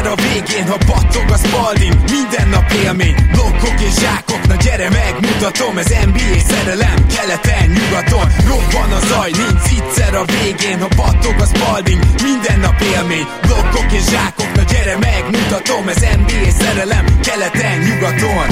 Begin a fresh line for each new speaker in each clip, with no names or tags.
Egyszer a végén, ha battog a Spalding, minden nap élmény, blokkok és zsákok, na gyere megmutatom, ez NBA szerelem, keleten, nyugaton, robban a zaj, nincs egyszer a végén, ha battog a Spalding, minden nap élmény, blokkok és zsákok, na gyere megmutatom, ez NBA szerelem, keleten, nyugaton.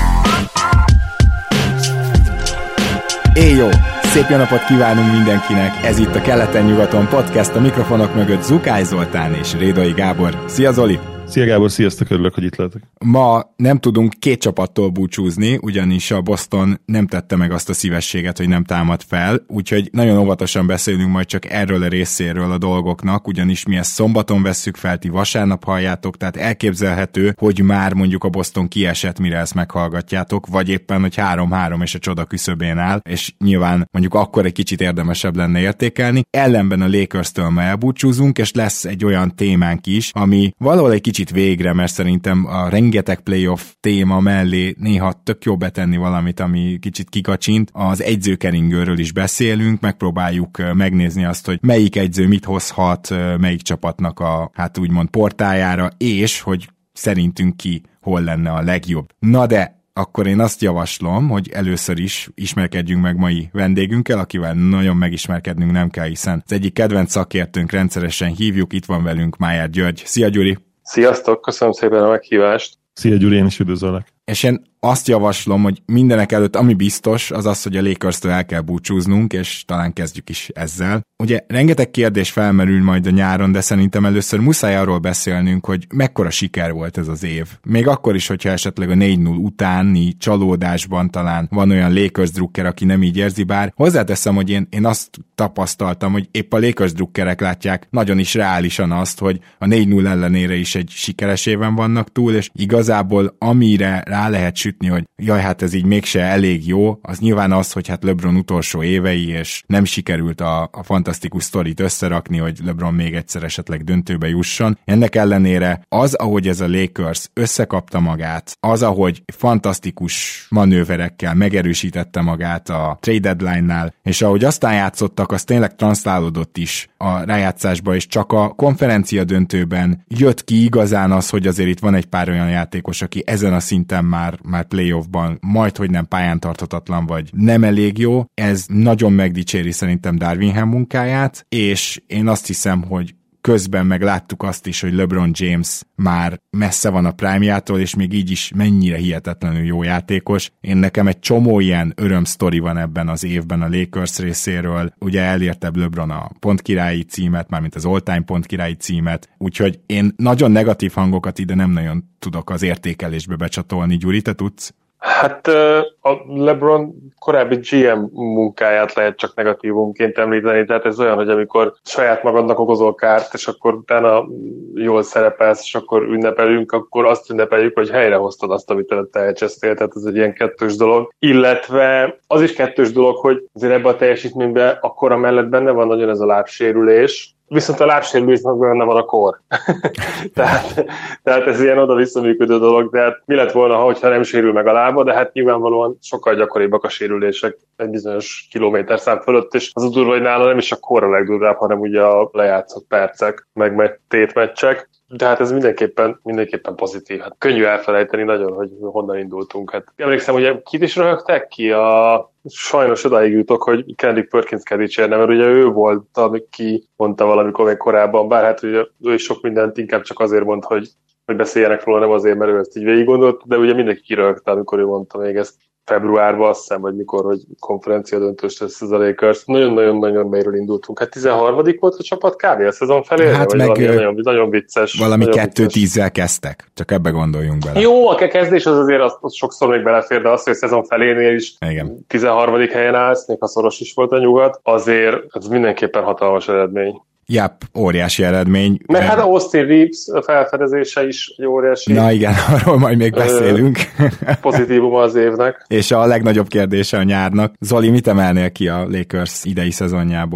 Éjjó! Szép jó napot kívánunk mindenkinek! Ez itt a Keleten-nyugaton podcast, a mikrofonok mögött Zukály Zoltán és Rédai Gábor. Szia Zoli!
Szia Gábor, sziasztok, örülök, hogy itt lehetek.
Ma nem tudunk két csapattól búcsúzni, ugyanis a Boston nem tette meg azt a szívességet, hogy nem támad fel, úgyhogy nagyon óvatosan beszélünk majd csak erről a részéről a dolgoknak, ugyanis mi ezt szombaton vesszük fel, ti vasárnap halljátok, tehát elképzelhető, hogy már mondjuk a Boston kiesett, mire ezt meghallgatjátok, vagy éppen, hogy 3-3 és a csoda küszöbén áll, és nyilván mondjuk akkor egy kicsit érdemesebb lenne értékelni. Ellenben a Lakers-től ma elbúcsúzunk, és lesz egy olyan témánk is, ami valahol egy kicsit végre, mert szerintem a rengeteg playoff téma mellé néha tök jó betenni valamit, ami kicsit kikacsint. Az edzőkeringőről is beszélünk, megpróbáljuk megnézni azt, hogy melyik edző mit hozhat melyik csapatnak a, hát úgymond portájára, és hogy szerintünk ki hol lenne a legjobb. Na de akkor én azt javaslom, hogy először is ismerkedjünk meg mai vendégünkkel, akivel nagyon megismerkednünk nem kell, hiszen az egyik kedvenc szakértőnk rendszeresen hívjuk, itt van velünk Májár György. Szia Gyuri!
Sziasztok, köszönöm szépen a meghívást!
Szia Gyuri, én is üdvözöllek!
És én azt javaslom, hogy mindenek előtt, ami biztos, az az, hogy a Lakers-től el kell búcsúznunk, és talán kezdjük is ezzel. Ugye rengeteg kérdés felmerül majd a nyáron, de szerintem először muszáj arról beszélnünk, hogy mekkora siker volt ez az év. Még akkor is, hogyha esetleg a 4-0 utáni csalódásban talán van olyan Lakers drukker, aki nem így érzi, bár hozzáteszem, hogy én azt tapasztaltam, hogy épp a Lakers drukkerek látják nagyon is reálisan azt, hogy a 4-0 ellenére is egy sikeres éven vannak túl, és igazából amire rá lehet sütni, hogy jaj, hát ez így mégse elég jó, az nyilván az, hogy hát LeBron utolsó évei, és nem sikerült a fantasztikus sztorit összerakni, hogy LeBron még egyszer esetleg döntőbe jusson. Ennek ellenére az, ahogy ez a Lakers összekapta magát, az, ahogy fantasztikus manőverekkel megerősítette magát a trade deadline-nál, és ahogy aztán játszottak, az tényleg transzlálódott is a rájátszásba, és csak a konferencia döntőben jött ki igazán az, hogy azért itt van egy pár olyan játékos, aki ezen a szinten már playoffban majdhogy nem pályán tarthatatlan, vagy nem elég jó. Ez nagyon megdicséri szerintem Darvingham munkáját, és én azt hiszem, hogy közben meg láttuk azt is, hogy LeBron James már messze van a prime-jától, és még így is mennyire hihetetlenül jó játékos. Nekem egy csomó ilyen örömsztori van ebben az évben a Lakers részéről. Ugye elérte LeBron a pontkirályi címet, mármint az all-time pontkirályi címet, úgyhogy én nagyon negatív hangokat ide nem nagyon tudok az értékelésbe becsatolni. Gyuri, te tudsz?
Hát a LeBron korábbi GM munkáját lehet csak negatívumként említeni, tehát ez olyan, hogy amikor saját magadnak okozol kárt, és akkor utána jól szerepelsz, és akkor ünnepelünk, akkor azt ünnepeljük, hogy helyrehoztad azt, amit előtte elcsesztél, tehát ez egy ilyen kettős dolog. Illetve az is kettős dolog, hogy azért ebben a teljesítményben akkora mellett benne van nagyon ez a lábsérülés, viszont a lábsérülésnek benne van a kor. tehát ez ilyen oda-vissza működő dolog, tehát mi lett volna, ha nem sérül meg a lába, de hát nyilvánvalóan sokkal gyakoribbak a sérülések egy bizonyos kilométerszám fölött, és az a durva, hogy nála nem is a kor a legdurvább, hanem ugye a lejátszott percek, meg tétmeccsek. De hát ez mindenképpen pozitív. Hát könnyű elfelejteni nagyon, hogy honnan indultunk. Hát emlékszem, hogy kit is röhögtek ki? Sajnos odáig jutok, hogy Kendrick Perkins kell dicsérnem, mert ugye ő volt, aki mondta valamikor még korábban, bár hát ugye ő is sok mindent inkább csak azért mond, hogy beszéljenek róla, nem azért, mert ő ezt így végig gondolt, de ugye mindenki kiröhögte, amikor ő mondta még ezt februárban, azt hiszem, vagy mikor, hogy konferencia döntős lesz ez a Lakers. Nagyon-nagyon mélyről indultunk. Hát 13. volt a csapat kb. A szezon felé?
Hát meg
valami nagyon vicces.
Valami 2-10-zel kezdtek. Csak ebbe gondoljunk bele.
Jó, a kezdés az azért az sokszor még belefér, de az, hogy a szezon felénél is igen. 13. helyen állsz, még ha szoros is volt a nyugat, azért ez mindenképpen hatalmas eredmény.
Japp, óriási eredmény.
Meg hát a Austin Reeves felfedezése is egy óriási.
Na igen, arról majd még beszélünk.
Pozitívum az évnek.
És a legnagyobb kérdése a nyárnak. Zoli, mit emelnél ki a Lakers idei szezonjából?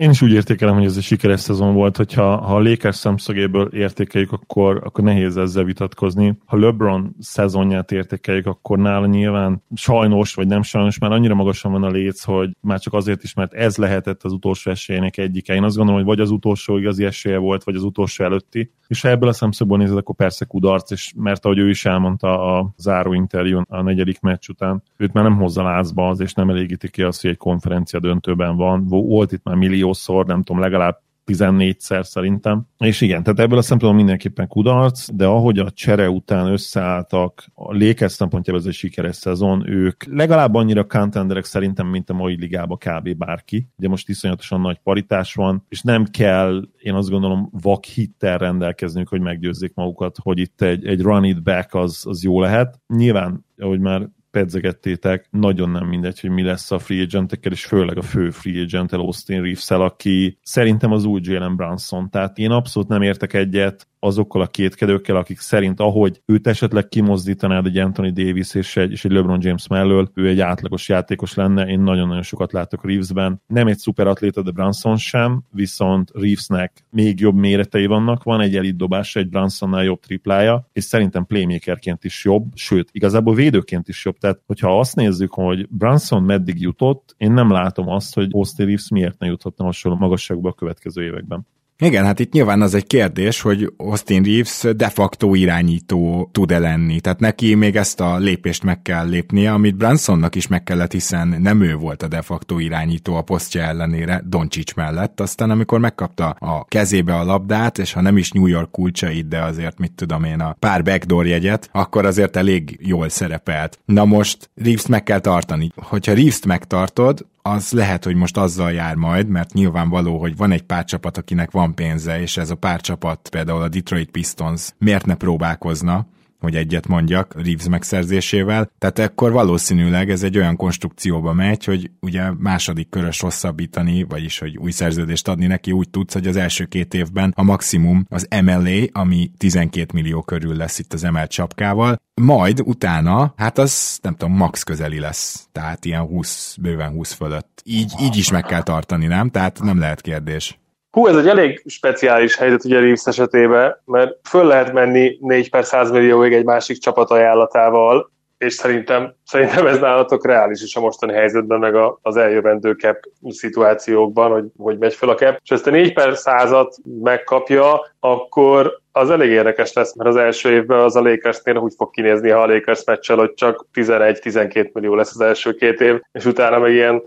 Én is úgy értékelem, hogy ez egy sikeres szezon volt, hogyha a Lakers szemszögéből értékeljük, akkor nehéz ezzel vitatkozni. Ha LeBron szezonját értékeljük, akkor nála nyilván sajnos, vagy nem sajnos, már annyira magasan van a léc, hogy már csak azért is, mert ez lehetett az utolsó esélyének egyike. Én azt gondolom, hogy vagy az utolsó igazi esélye volt, vagy az utolsó előtti. És ha ebből a szemszögből nézed, akkor persze kudarc, és mert ahogy ő is elmondta a záró interjún a 4. meccs után, őt már nem hozza lázba az, és nem elégíti ki azt, hogy egy konferencia döntőben van. Volt itt már milliószor, nem tudom, legalább 14-szer szerintem. És igen, tehát ebből a szempontból mindenképpen kudarc, de ahogy a csere után összeálltak, a Lakers szempontjából ez egy sikeres szezon, ők legalább annyira contenderek szerintem, mint a mai ligában kb. Bárki. Ugye most iszonyatosan nagy paritás van, és nem kell, én azt gondolom, vak hittel rendelkeznünk, hogy meggyőzzék magukat, hogy itt egy run it back az jó lehet. Nyilván, ahogy már pedzegettétek, nagyon nem mindegy, hogy mi lesz a free agentekkel, és főleg a fő free agent-el Austin Reeves-el, aki szerintem az új Jalen Brunson. Tehát én abszolút nem értek egyet azokkal a kétkedőkkel, akik szerint, ahogy őt esetleg kimozdítanád egy Anthony Davis és egy LeBron James mellől, ő egy átlagos játékos lenne, én nagyon-nagyon sokat látok Reevesben. Nem egy szuper atléta, de Brunson sem, viszont Reevesnek még jobb méretei vannak, van egy elit dobása, egy Brunsonnál jobb triplája, és szerintem playmakerként is jobb, sőt, igazából védőként is jobb. Tehát, hogyha azt nézzük, hogy Brunson meddig jutott, én nem látom azt, hogy Austin Reeves miért ne juthatna hasonló magasságba a következő években.
Igen, hát itt nyilván az egy kérdés, hogy Austin Reeves de facto irányító tud-e lenni. Tehát neki még ezt a lépést meg kell lépnie, amit Brunsonnak is meg kellett, hiszen nem ő volt a de facto irányító a posztja ellenére Doncic mellett. Aztán amikor megkapta a kezébe a labdát, és ha nem is New York kulcsait, de azért mit tudom én, a pár backdoor jegyet, akkor azért elég jól szerepelt. Na most Reeves-t meg kell tartani. Hogyha Reeves-t megtartod, az lehet, hogy most azzal jár majd, mert nyilvánvaló, hogy van egy pár csapat, akinek van pénze, és ez a pár csapat, például a Detroit Pistons miért ne próbálkozna, hogy egyet mondjak Reeves megszerzésével, tehát akkor valószínűleg ez egy olyan konstrukcióba megy, hogy ugye második körös hosszabbítani, vagyis hogy új szerződést adni neki úgy tudsz, hogy az első 2 évben a maximum az MLA, ami 12 millió körül lesz itt az emelt sapkával, majd utána, hát az nem tudom, max közeli lesz, tehát ilyen 20, bőven 20 fölött. Így is meg kell tartani, nem? Tehát nem lehet kérdés.
Hú, ez egy elég speciális helyzet ugye Reeves esetében, mert föl lehet menni 4/100 millióig egy másik csapat ajánlatával, és szerintem ez nálatok reális is a mostani helyzetben, meg az eljövendő cap szituációkban, hogy megy fel a cap. És ezt a 4/100-at megkapja, akkor az elég érdekes lesz, mert az első évben az a Lakersnél úgy fog kinézni, ha a Lakers meccsel, hogy csak 11-12 millió lesz az első 2 év, és utána meg ilyen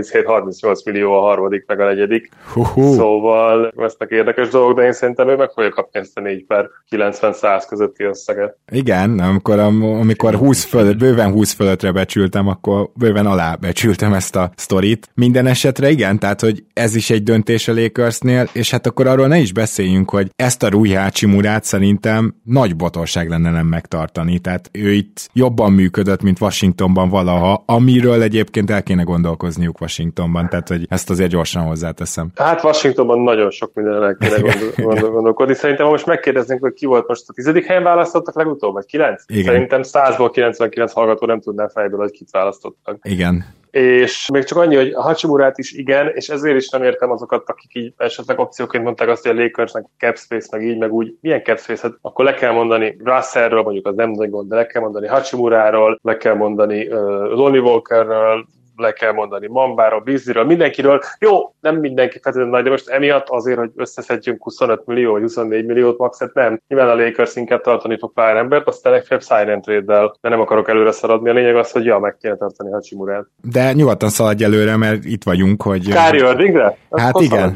37-38 millió a harmadik, meg a negyedik. Szóval lesznek érdekes dolgok, de én szerintem ő meg fogja kapni ezt a 4/90-100 közötti összeget.
Igen, amikor 20 fölött, bőven 20 fölöttre becsültem, akkor bőven alá becsültem ezt a sztorit. Minden esetre igen, tehát hogy ez is egy döntés a Lakersnél, és hát akkor arról ne is beszéljünk, hogy ezt a Rui Hachimurát szerintem nagy botorság lenne nem megtartani, tehát ő itt jobban működött, mint Washingtonban valaha, amiről egyébként el kéne gondolkozniuk Washingtonban, tehát hogy ezt azért gyorsan hozzáteszem.
Hát Washingtonban nagyon sok mindenre el kéne gondolkodni. Szerintem most megkérdeznénk, hogy ki volt most a 10. helyen választottak legutóbb, vagy 9?
Igen.
Szerintem 100-ból 99 hallgató nem tudná fejből, hogy kit választottak.
Igen.
És még csak annyi, hogy a Hachimurát is igen, és ezért is nem értem azokat, akik így esetleg opcióként mondták azt, hogy a Lakersnek cap space, meg így, meg úgy. Milyen cap space? Hát akkor le kell mondani Russellről, mondjuk az nem nagy gond, de le kell mondani Hachimuráról, le kell mondani Lonnie Walkerről, le kell mondani Mambáról, Beasleyről, mindenkiről. Jó, nem mindenki feltétlenül nagy, de most emiatt azért, hogy összeszedjünk 25 millió vagy 24 milliót maxet, nem. Nyilván a Lakers inkább tartani fog pár embert, aztán legfeljebb sign and trade-del, de nem akarok előre szaladni. A lényeg az, hogy meg kéne tartani Hachimurát.
De nyugodtan szaladj előre, mert itt vagyunk, hogy...
Kyrie Irvingre?
Hát igen.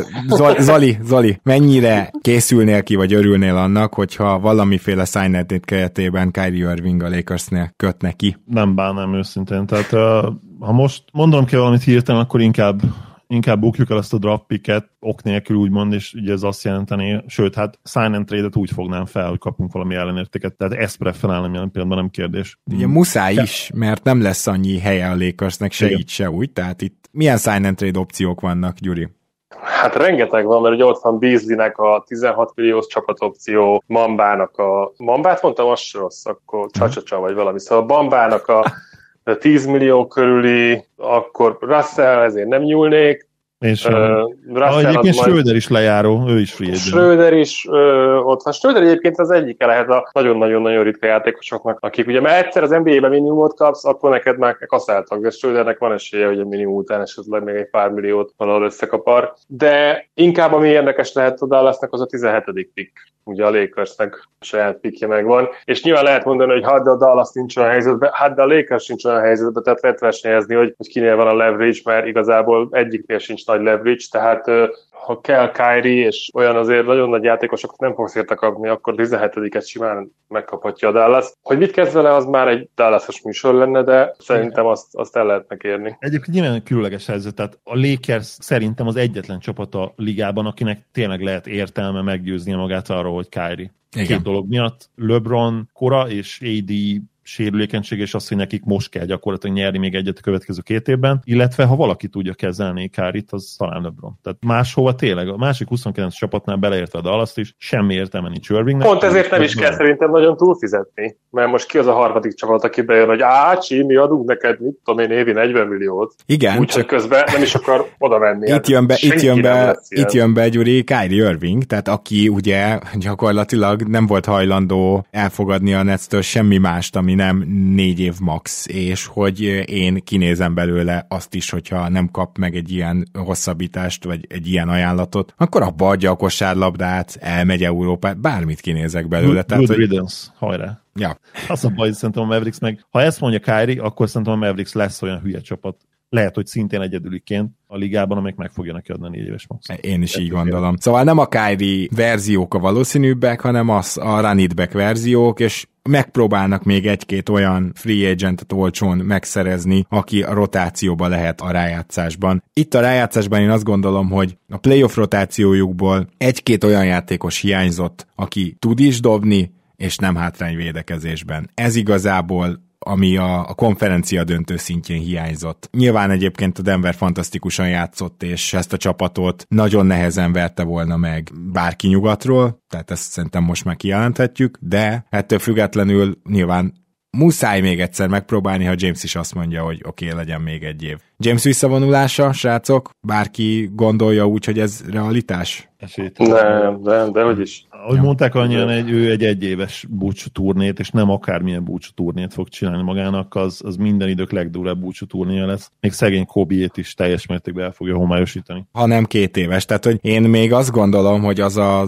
Zoli, mennyire készülnél ki, vagy örülnél annak, hogyha valamiféle sign and trade keretében Kyrie Irving a Lakersnél kötne ki?
Nem bánnám őszintén, tehát ha most mondanom kell valamit hirtelen, akkor inkább bukjuk el ezt a draft picket ok nélkül úgymond, és ugye ez azt jelenteni, sőt, hát sign and trade-et úgy fognám fel, hogy kapunk valami ellenértéket, tehát ezt preferálnám jelen pillanatban, nem kérdés.
Ugye muszáj is, mert nem lesz annyi helye a Lakersnek, se így, se úgy, tehát itt milyen sign and trade opciók vannak, Gyuri?
Hát rengeteg van, mert ugye ott van Beasleynek a 16 milliós csapatopció, Mambának Mambát mondtam, az se rossz, akkor Csacsacsa vagy valami, szóval Bambának a 10 millió körüli, akkor Russell, ezért nem nyúlnék.
Én sem. Egyébként Schröder is lejáró, ő is free agent.
Schröder is ott van. Schröder egyébként az egyike lehet a nagyon-nagyon-nagyon ritka játékosoknak, akik ugye, mert egyszer az NBA-ben minimumot kapsz, akkor neked már kaszáltak, de Schrödernek van esélye, hogy a minimum után esetleg még egy pár milliót valahol összekapar. De inkább ami érdekes lehet a Dallasnak, az a 17. pick. Ugye a Lakersnek saját pickje megvan. És nyilván lehet mondani, hogy hát de a Dallas nincs olyan helyzetben, hát de a Lakers sincs olyan helyzetben, tehát lehet versenyezni, hogy kinél van a leverage, mert igazából egyiknél sincs nagy leverage, tehát ha kell Kyrie, és olyan azért nagyon nagy játékosokat nem fogsz érte kapni, akkor 17-et simán megkaphatja a Dallas. Hogy mit kezd vele, az már egy Dallas-os műsor lenne, de szerintem azt el lehetne kérni.
Egyébként nyilván különleges helyzet, tehát a Lakers szerintem az egyetlen csapat a ligában, akinek tényleg lehet értelme meggyőznie magát arról, hogy Kyrie.
Igen.
Két dolog miatt, LeBron kora és AD sérülékenység, és az, hogy nekik most kell gyakorlatilag nyerni még egyet a következő 2 évben, illetve ha valaki tudja kezelni Kyrie-t, az talán LeBron. Tehát máshova tényleg, a másik 29 csapatnál beleértve a Dallas-t is, semmi értelme nincs Irvingnek.
Pont ezért nem is kell szerintem nagyon túlfizetni, mert most ki az a harmadik csapat, aki bejön, hogy mi adunk neked, mit tudom én, évi 40 milliót.
Igen.
Úgyhogy közben nem is akar oda menni.
Itt jön be Gyuri, Kyrie Irving, tehát aki ugye gyakorlatilag nem volt hajlandó elfogadni a Netstől semmi mást, ami nem 4 év max, és hogy én kinézem belőle azt is, hogyha nem kap meg egy ilyen hosszabbítást, vagy egy ilyen ajánlatot, akkor abba adja a kosárlabdát, elmegy Európát, bármit kinézek belőle.
Good riddance, hajrá.
Ja.
Az a baj, szerintem a Mavericks meg, ha ezt mondja Kyrie, akkor szerintem a Mavericks lesz olyan hülye csapat. Lehet, hogy szintén egyedüliként a ligában, amelyik meg fogja neki adni 4 éves max.
Én is így gondolom. Szóval nem a Kyrie verziók a valószínűbbek, hanem a run it back verziók, és megpróbálnak még egy-két olyan free agentet olcsón megszerezni, aki a rotációba lehet a rájátszásban. Itt a rájátszásban én azt gondolom, hogy a playoff rotációjukból egy-két olyan játékos hiányzott, aki tud is dobni, és nem hátrány védekezésben. Ez igazából ami a konferencia döntő szintjén hiányzott. Nyilván egyébként a Denver fantasztikusan játszott, és ezt a csapatot nagyon nehezen verte volna meg bárki nyugatról, tehát ezt szerintem most már kijelenthetjük, de ettől függetlenül nyilván muszáj még egyszer megpróbálni, ha James is azt mondja, hogy oké, legyen még egy év. James visszavonulása, srácok? Bárki gondolja úgy, hogy ez realitás?
Nem, de hogy is.
Ahogy mondták annyian, ő egy egyéves búcsú turnét, és nem akármilyen búcsú turnét fog csinálni magának, az minden idők legdurább búcsú turnéja lesz. Még szegény Kobe-ét is teljes mértékben el fogja homályosítani.
Hanem 2 éves. Tehát, hogy én még azt gondolom, hogy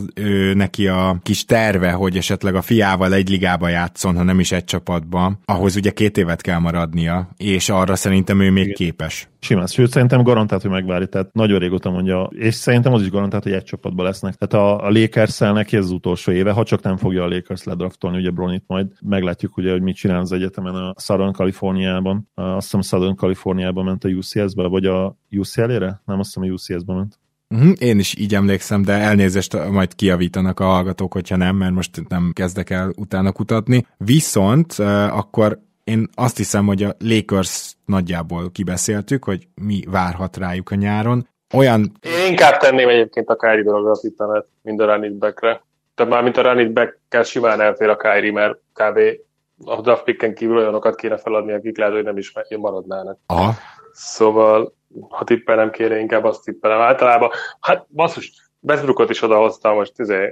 neki a kis terve, hogy esetleg a fiával egy ligába játszon, ha nem is egy csapatban, ahhoz ugye 2 évet kell maradnia, és arra szerintem ő még képes.
Simán, sőt, szerintem garantált, hogy megvárja, tehát nagyon régóta mondja, és szerintem az is garantált, hogy egy csapatban lesznek. Tehát a Lakers-szel neki ez az utolsó éve, ha csak nem fogja a Lakers ledraftolni, ugye Bronit majd meglátjuk, ugye, hogy mit csinál az egyetemen a Southern Californiában. Azt hiszem Southern Californiában ment a UCS-be, vagy a UCLA-re? Nem, azt hiszem a UCS-be ment.
Én is így emlékszem, de elnézést majd kijavítanak a hallgatók, hogyha nem, mert most nem kezdek el utána kutatni. Viszont akkor én azt hiszem, hogy a Lakers nagyjából kibeszéltük, hogy mi várhat rájuk a nyáron. Én
inkább tenném egyébként a Kyrie dologra a fitanet, mint a run it back-re. Tehát már mint a run it back-kel simán elfér a Kyrie, mert kb. A draft picken kívül olyanokat kéne feladni, akik lehet, hogy nem is maradnának.
Aha.
Szóval, ha tippelem kéne, inkább azt tippelem. Általában, hát basszus, Westbrookot is odahoztam most,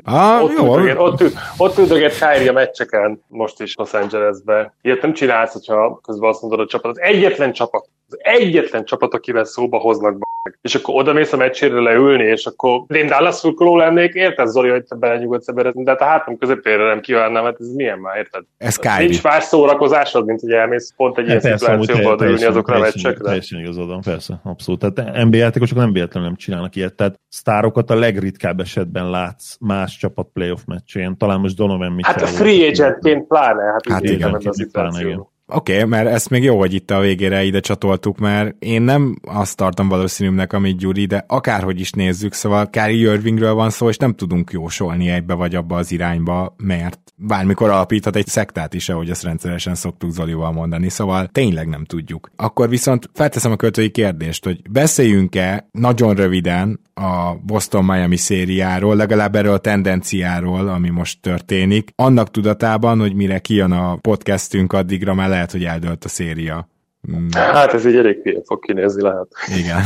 ott üldögét Kyrie a meccseken, most is Los Angelesbe. Ilyet nem csinálsz, hogyha közben azt mondod a csapat. Az egyetlen csapat, akivel szóba hoznak és akkor odamész a meccsére leülni, és akkor én Dallas szurkoló lennék, érted, Zoli, hogy te belenyugodsz ebbe, de hát a hátam közepére nem kívánnám, hát ez milyen már, érted?
Ez Kyrie.
Nincs más szórakozásod, mint hogy elmész pont egy ilyen szituációba odaülni azokra a meccsekre.
Teljesen igazodom, persze, abszolút. Tehát NBA játékosok nem véletlenül nem csinálnak ilyet, tehát sztárokat a legritkább esetben látsz más csapat playoff meccsén, talán most Donovan Mitchell.
Hát a free agentként pláne,
hát igen. Oké, mert ezt még jó, hogy itt a végére ide csatoltuk, mert én nem azt tartom valószínűnek, amit Gyuri, de akárhogy is nézzük, szóval Kyrie Irvingről van szó, és nem tudunk jósolni egybe vagy abba az irányba, mert bármikor alapíthat egy szektát is, ahogy ezt rendszeresen szoktuk Zolival mondani, szóval tényleg nem tudjuk. Akkor viszont felteszem a költői kérdést, hogy beszéljünk-e nagyon röviden a Boston-Miami szériáról, legalább erről a tendenciáról, ami most történik, annak tudatában, hogy mire kijön a podcastünk, addigra már lehet, hogy eldőlt a széria
Hát ez így elég hülye fog kinézni, lehet.
Igen.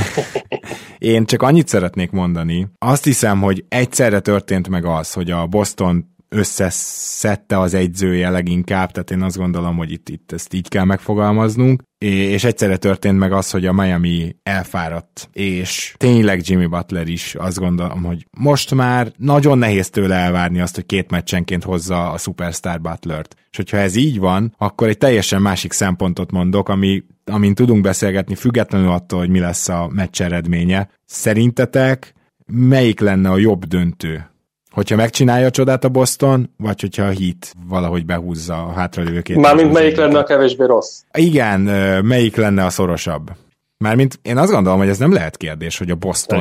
Én csak annyit szeretnék mondani. Azt hiszem, hogy egyszerre történt meg az, hogy a Boston összeszedte az egyzője leginkább, tehát én azt gondolom, hogy itt ezt így kell megfogalmaznunk, és egyszerre történt meg az, hogy a Miami elfáradt, és tényleg Jimmy Butler is azt gondolom, hogy most már nagyon nehéz tőle elvárni azt, hogy 2 meccsenként hozza a Superstar Butlert. És hogyha ez így van, akkor egy teljesen másik szempontot mondok, amin tudunk beszélgetni, függetlenül attól, hogy mi lesz a meccs eredménye. Szerintetek melyik lenne a jobb döntő? Hogyha megcsinálja a csodát a Boston, vagy hogyha a Heat valahogy behúzza a hátralévő 2
Mármint melyik lenne a kevésbé rossz?
Igen, melyik lenne a szorosabb? Mármint én azt gondolom, hogy ez nem lehet kérdés, hogy a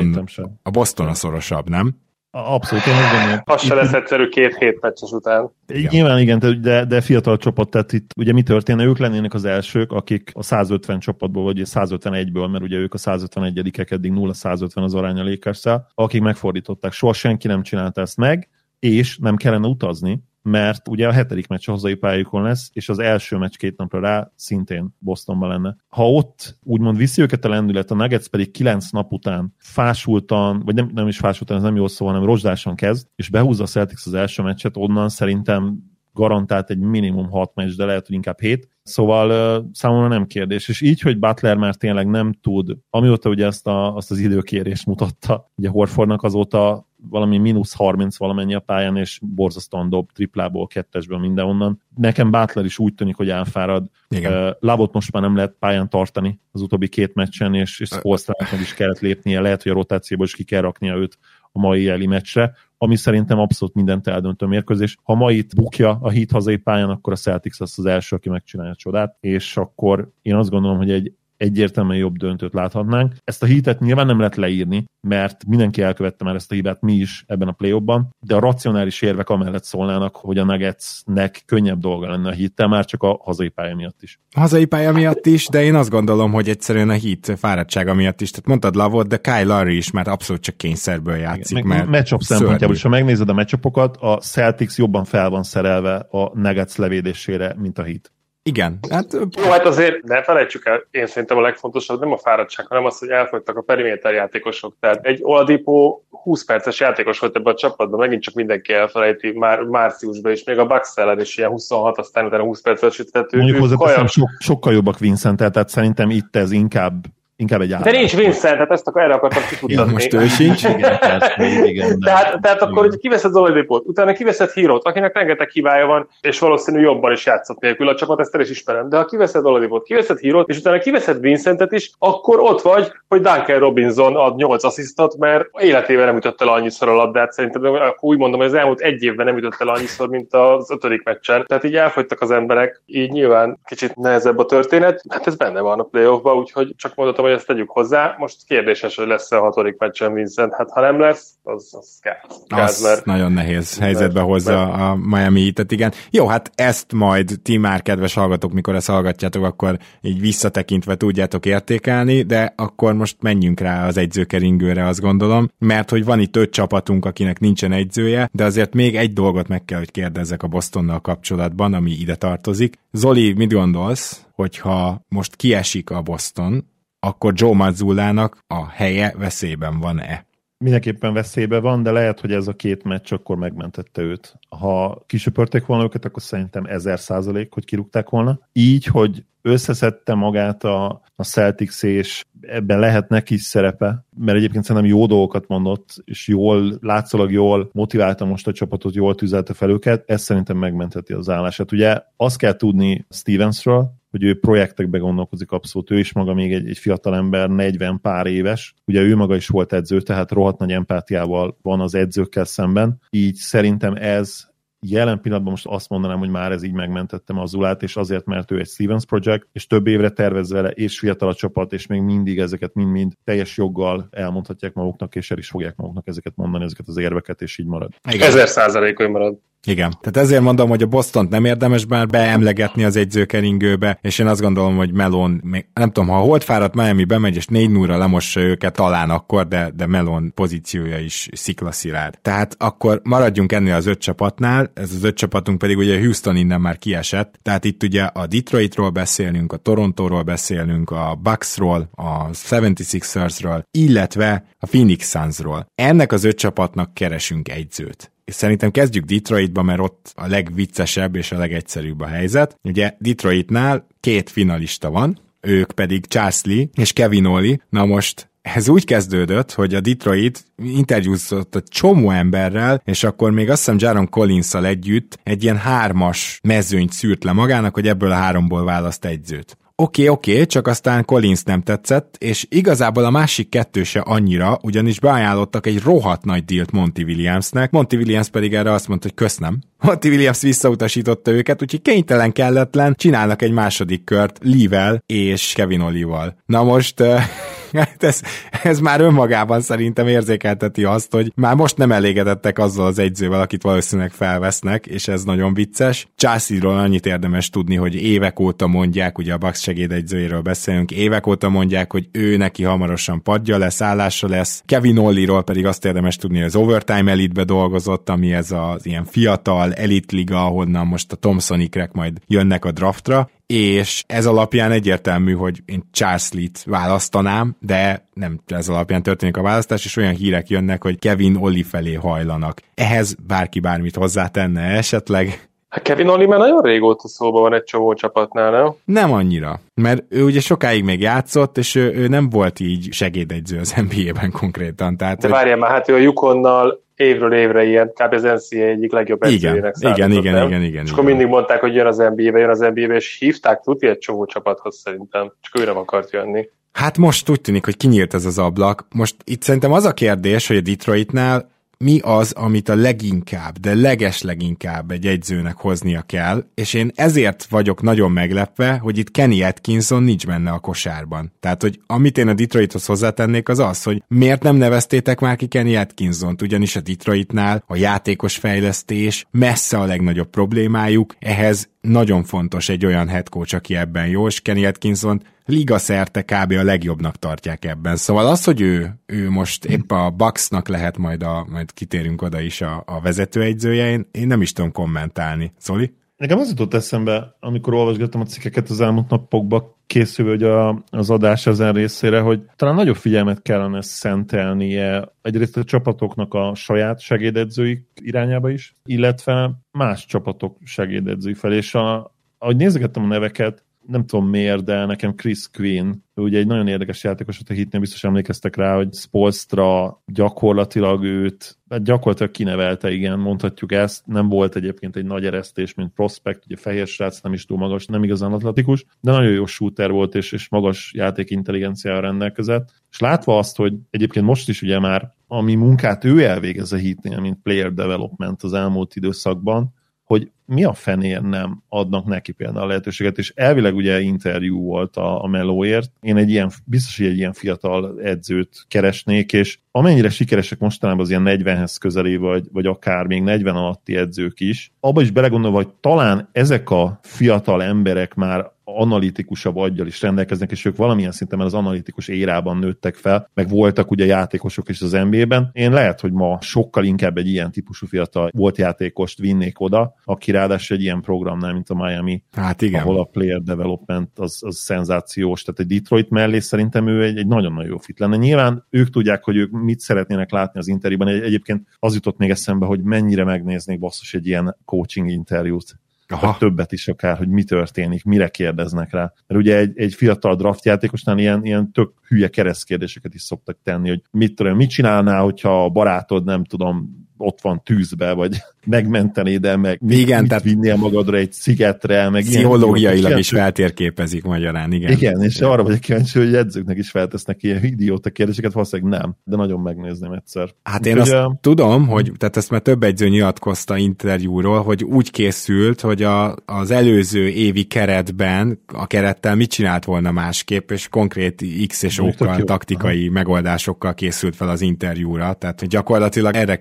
Boston a szorosabb, nem?
Abszolút, én azt gondolom.
Az se lesz egyszerű 2 hét meccses után.
Nyilván igen, de fiatal csapat, tehát itt ugye mi történne? Ők lennének az elsők, akik a 150 csapatból, vagy 151-ből, mert ugye ők a 151-ek, eddig 0-150 az arány a Lakers-szel, akik megfordították. Soha senki nem csinálta ezt meg, és nem kellene utazni, mert ugye a 7. meccs a hazai pályájukon lesz, és az első meccs 2 napra rá szintén Bostonban lenne. Ha ott úgymond viszi őket a lendület, a Nuggets pedig 9 nap után fásultan, vagy nem is fásultan, ez nem jó szó, hanem rozsdáson kezd, és behúzza a Celtics az első meccset, onnan szerintem garantált egy minimum 6 meccs, de lehet, hogy inkább 7. Szóval számomra nem kérdés. És így, hogy Butler már tényleg nem tud, amióta ugye azt az időkérést mutatta, ugye Horfordnak azóta valami -30 valamennyi a pályán, és borzasztóan dob triplából, 2-esből, mindenhonnan. Nekem Butler is úgy tűnik, hogy elfárad. Lavot most már nem lehet pályán tartani az utóbbi 2 meccsen, és Spolstrának is kellett lépnie, lehet, hogy a rotációból is ki kell raknia őt a mai éli meccsre, ami szerintem abszolút mindent eldöntő mérkőzés. Ha ma itt bukja a Heat hazai pályán, akkor a Celtics lesz az első, aki megcsinálja a csodát, és akkor én azt gondolom, hogy egy egyértelműen jobb döntőt láthatnánk. Ezt a Heatet nyilván nem lehet leírni, mert mindenki elkövette már ezt a hibát, mi is ebben a play-offban, de a racionális érvek amellett szólnának, hogy a Nuggetsnek könnyebb dolga lenne a Heattel, már csak a hazai pálya miatt is.
A hazai pálya miatt is, de én azt gondolom, hogy egyszerűen a Heat fáradtsága miatt is. Tehát mondtad Lavot, de Kyle Lowry is már abszolút csak kényszerből játszik.
Matchup szempontjából, és ha megnézed a matchupokat, a Celtics jobban fel van szerelve a Nuggets levédésére, mint a Heat.
Igen.
Jó, hát azért ne felejtsük el, én szerintem a legfontosabb nem a fáradtság, hanem az, hogy elfogytak a periméter játékosok. Tehát egy Oladipo 20 perces játékos volt ebben a csapatban, megint csak mindenki elfelejti már márciusban is, még a Bucks ellen is ilyen 26, aztán utána 20 perces ütető.
Mondjuk hozzáteszem, sokkal jobbak Vincent, tehát szerintem itt ez inkább egy
de nincs Vincent, hát ezt erre akartam kifutatni.
Most ő sincs.
Igen,
tehát akkor, hogy kiveszed Oladipo-t, utána kiveszed Hero-t, akinek rengeteg hibája van, és valószínű jobban is játszott nélkül a csapat, ezt el is ismerem. De ha kiveszed Oladipo-t, kiveszed Hero-t, és utána kiveszed Vincentet is, akkor ott vagy, hogy Duncan Robinson ad 8 asszisztot, mert életében nem ütött el annyiszor a labdát. Szerintem úgy mondom, hogy az elmúlt 1 évben nem ütött el annyiszor, mint az 5. meccsen. Tehát így elfogytak az emberek, így nyilván kicsit nehezebb a történet. Hát ez benne van a playoffban, úgyhogy csak mondhatom, hogy ezt tegyük hozzá. Most kérdéses, hogy lesz-e a 6. meccsen Vincent. Hát ha nem lesz, az gáz, mert
nagyon nehéz helyzetbe hozza a Miami Heat-et, igen. Jó, hát ezt majd ti már, kedves hallgatók, mikor ezt hallgatjátok, akkor így visszatekintve tudjátok értékelni, de akkor most menjünk rá az egyzőkeringőre, azt gondolom, mert hogy van itt 5 csapatunk, akinek nincsen egyzője, de azért még egy dolgot meg kell, hogy kérdezzek a Bostonnal kapcsolatban, ami ide tartozik. Zoli, mit gondolsz, hogyha most kiesik a Boston, akkor Joe Mazzulának a helye veszélyben van-e?
Mindenképpen veszélyben van, de lehet, hogy ez a 2 meccs akkor megmentette őt. Ha kisöpörték volna őket, akkor szerintem 1000%, hogy kirúgták volna. Így, hogy összeszedte magát a Celtics, és ebben lehet neki is szerepe, mert egyébként szerintem jó dolgokat mondott, és látszólag jól motiválta most a csapatot, jól tüzelte fel őket, ez szerintem megmentheti az állását. Ugye azt kell tudni Stevensről, hogy ő projektekbe gondolkozik abszolút, ő is maga még egy fiatal ember, 40 pár éves, ugye ő maga is volt edző, tehát rohadt nagy empátiával van az edzőkkel szemben, így szerintem ez jelen pillanatban most azt mondanám, hogy már ez így megmentettem Mazzulát, és azért, mert ő egy Stevens Project, és több évre tervez vele, és fiatal a csapat, és még mindig ezeket mind-mind teljes joggal elmondhatják maguknak, és el is fogják maguknak ezeket mondani, ezeket az érveket, és így marad.
1000%, hogy marad.
Igen. Tehát ezért mondom, hogy a Bostont nem érdemes már beemlegetni az egyzőkeringőbe, és én azt gondolom, hogy Melon, nem tudom, ha a holdfáradt Miami bemegy, és 4-0-ra lemossa őket, talán akkor, de Melon pozíciója is sziklaszilárd. Tehát akkor maradjunk ennél az 5 csapatnál, ez az 5 csapatunk pedig ugye Houston innen már kiesett, tehát itt ugye a Detroitról beszélünk, a Torontóról beszélünk, a Bucksról, a 76ersről, illetve a Phoenix Sunsról. Ennek az 5 csapatnak keresünk egyzőt. És szerintem kezdjük Detroitba, mert ott a legviccesebb és a legegyszerűbb a helyzet. Ugye Detroitnál 2 finalista van, ők pedig Charles Lee és Kevin Ollie. Na most ez úgy kezdődött, hogy a Detroit interjúzott a csomó emberrel, és akkor még azt hiszem Jaron Collinsszal együtt egy ilyen 3-as mezőnyt szűrt le magának, hogy ebből a 3-ból választ egyzőt. Oké, csak aztán Collins nem tetszett, és igazából a másik 2 se annyira, ugyanis beajánlottak egy rohadt nagy dílt Monty Williamsnek, Monty Williams pedig erre azt mondta, hogy köszönöm. Monty Williams visszautasította őket, úgyhogy kénytelen kelletlen, csinálnak egy második kört Lee-vel és Kevin Ollie-val. Na most... Ez már önmagában szerintem érzékelteti azt, hogy már most nem elégedettek azzal az egyzővel, akit valószínűleg felvesznek, és ez nagyon vicces. Chassidról annyit érdemes tudni, hogy évek óta mondják, ugye a Bucks segédegyzőjéről beszélünk, évek óta mondják, hogy ő neki hamarosan padja lesz, állása lesz. Kevin Ollie-ról pedig azt érdemes tudni, hogy az Overtime Elite-be dolgozott, ami ez az ilyen fiatal elit liga, ahonnan most a Thompsonikrek majd jönnek a draftra, és ez alapján egyértelmű, hogy én Charles Lee-t választanám, de nem ez alapján történik a választás, és olyan hírek jönnek, hogy Kevin Ollie felé hajlanak. Ehhez bárki bármit hozzátenne esetleg?
Hát Kevin Ollie már nagyon régóta szóban van egy csomó csapatnál, nem?
Nem annyira, mert ő ugye sokáig még játszott, és ő nem volt így segédegyző az NBA-ben konkrétan. Tehát,
de várjál már, hát ő a Yukonnal évről évre ilyen, kb. Az NCAA egyik legjobb edzőjének számított,
igen.
És akkor mindig mondták, hogy jön az NBA-be, és hívták tuti egy csomó csapathoz szerintem, csak ő nem akart jönni.
Hát most úgy tűnik, hogy kinyílt ez az ablak. Most itt szerintem az a kérdés, hogy a Detroitnál mi az, amit a leginkább, de leginkább egy edzőnek hoznia kell, és én ezért vagyok nagyon meglepve, hogy itt Kenny Atkinson nincs benne a kosárban. Tehát, hogy amit én a Detroithoz hozzátennék, az az, hogy miért nem neveztétek már ki Kenny Atkinsont, ugyanis a Detroitnál a játékos fejlesztés messze a legnagyobb problémájuk, ehhez nagyon fontos egy olyan headcoach, aki ebben jó, és Kenny Atkinson liga szerte kb. A legjobbnak tartják ebben. Szóval az, hogy ő most épp a Bucksnak lehet majd kitérünk oda is a vezetőegyzője, én nem is tudom kommentálni. Zoli?
Nekem az jutott eszembe, amikor olvasgattam a cikkeket az elmúlt napokban, készülve hogy az adás ezen részére, hogy talán nagyobb figyelmet kellene szentelnie egyrészt a csapatoknak a saját segédedzőik irányába is, illetve más csapatok segédedzői felé. És ahogy nézegettem a neveket, nem tudom miért, de nekem Chris Quinn, ugye egy nagyon érdekes játékos, a hitnél biztos emlékeztek rá, hogy Spoelstra gyakorlatilag gyakorlatilag kinevelte, igen, mondhatjuk ezt, nem volt egyébként egy nagy eresztés, mint prospect, ugye fehér srác, nem is túl magas, nem igazán atletikus, de nagyon jó shooter volt, és magas játékintelligenciával rendelkezett, és látva azt, hogy egyébként most is ugye már, ami munkát ő elvégez a hitnél, mint player development az elmúlt időszakban, hogy mi a fenér nem adnak neki például a lehetőséget, és elvileg ugye interjú volt a Melóért. Én biztos, hogy egy ilyen fiatal edzőt keresnék, és amennyire sikeresek mostanában az ilyen 40-hez közeli, vagy akár még 40 alatti edzők is, abba is belegondolva, hogy talán ezek a fiatal emberek már analitikusabb aggyal is rendelkeznek, és ők valamilyen szinten az analitikus érában nőttek fel, meg voltak ugye játékosok is az NBA-ben. Én lehet, hogy ma sokkal inkább egy ilyen típusú fiatal volt játékost vinnék oda, aki ráadásul egy ilyen programnál, mint a Miami,
hát igen,
ahol a player development az szenzációs, tehát egy Detroit mellé szerintem ő egy nagyon-nagyon jó fit lenne. Nyilván ők tudják, hogy ők mit szeretnének látni az interjúban. Egyébként az jutott még eszembe, hogy mennyire megnéznék basszus egy ilyen coaching interjút. Vagy többet is akár, hogy mi történik, mire kérdeznek rá. Mert ugye egy fiatal draft játékosnál ilyen tök hülye keresztkérdéseket is szoktak tenni, hogy mit csinálnál, hogyha a barátod, nem tudom, ott van tűzbe, vagy megmentenéd el, meg mit vinnél magadra egy szigetre, meg
pszichológiailag is feltérképezik magyarán, igen.
Igen, és arra vagyok kíváncsi, hogy edzőknek is feltesznek ilyen idióta kérdéseket, valószínűleg nem, de nagyon megnézném egyszer.
Hát én azt tudom, hogy, tehát ezt már több edző nyilatkozta interjúról, hogy úgy készült, hogy az előző évi keretben, a kerettel mit csinált volna másképp, és konkrét X és O-kkal, taktikai megoldásokkal készült fel az interjúra, tehát gyakorlatilag erre kell nagyon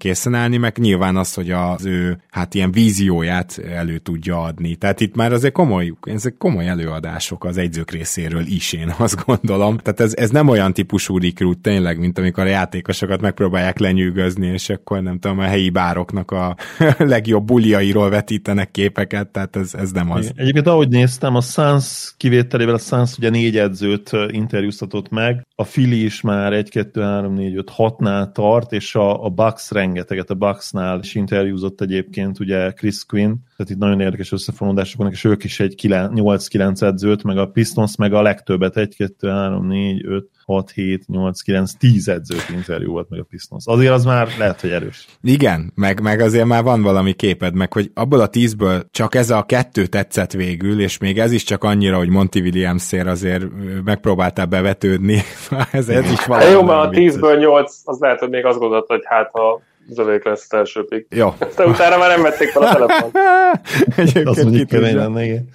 készen állni, meg nyilván az, hogy az ő hát ilyen vízióját elő tudja adni. Tehát itt már azért ezek komoly előadások az egyzők részéről is, én azt gondolom. Tehát ez nem olyan típusú recruit tényleg, mint amikor a játékosokat megpróbálják lenyűgözni, és akkor nem tudom, a helyi bároknak a legjobb buliairól vetítenek képeket, tehát ez nem az.
Egyébként ahogy néztem, a Suns kivételével a Suns ugye 4 edzőt interjúztatott meg, a Philly is már 1, 2, 3, 4, 5, 6-nál tart, és a Bucks rengeteget, a Bucksnál is interjúzott egyébként ugye Chris Quinn, tehát itt nagyon érdekes összefonódások vannak, és ők is egy 8-9 edzőt, meg a Pistons meg a legtöbbet, 1, 2, 3, 4, 5, 6, 7, 8, 9, 10 edzőt interjú volt meg a Pistons. Azért az már lehet, hogy erős.
Igen, meg azért már van valami képed, meg hogy abból a 10-ből csak ez a 2 tetszett végül, és még ez is csak annyira, hogy Monty Williamsért azért megpróbáltál bevetődni. ez is valami.
Jó, már a 10-ből 8, az lehet, hogy még azt gondolta, hogy hát ha zövék lesz az első pick.
Jó.
De utána már nem vették fel a telefon.
Azt mondjuk kemény lenne, igen.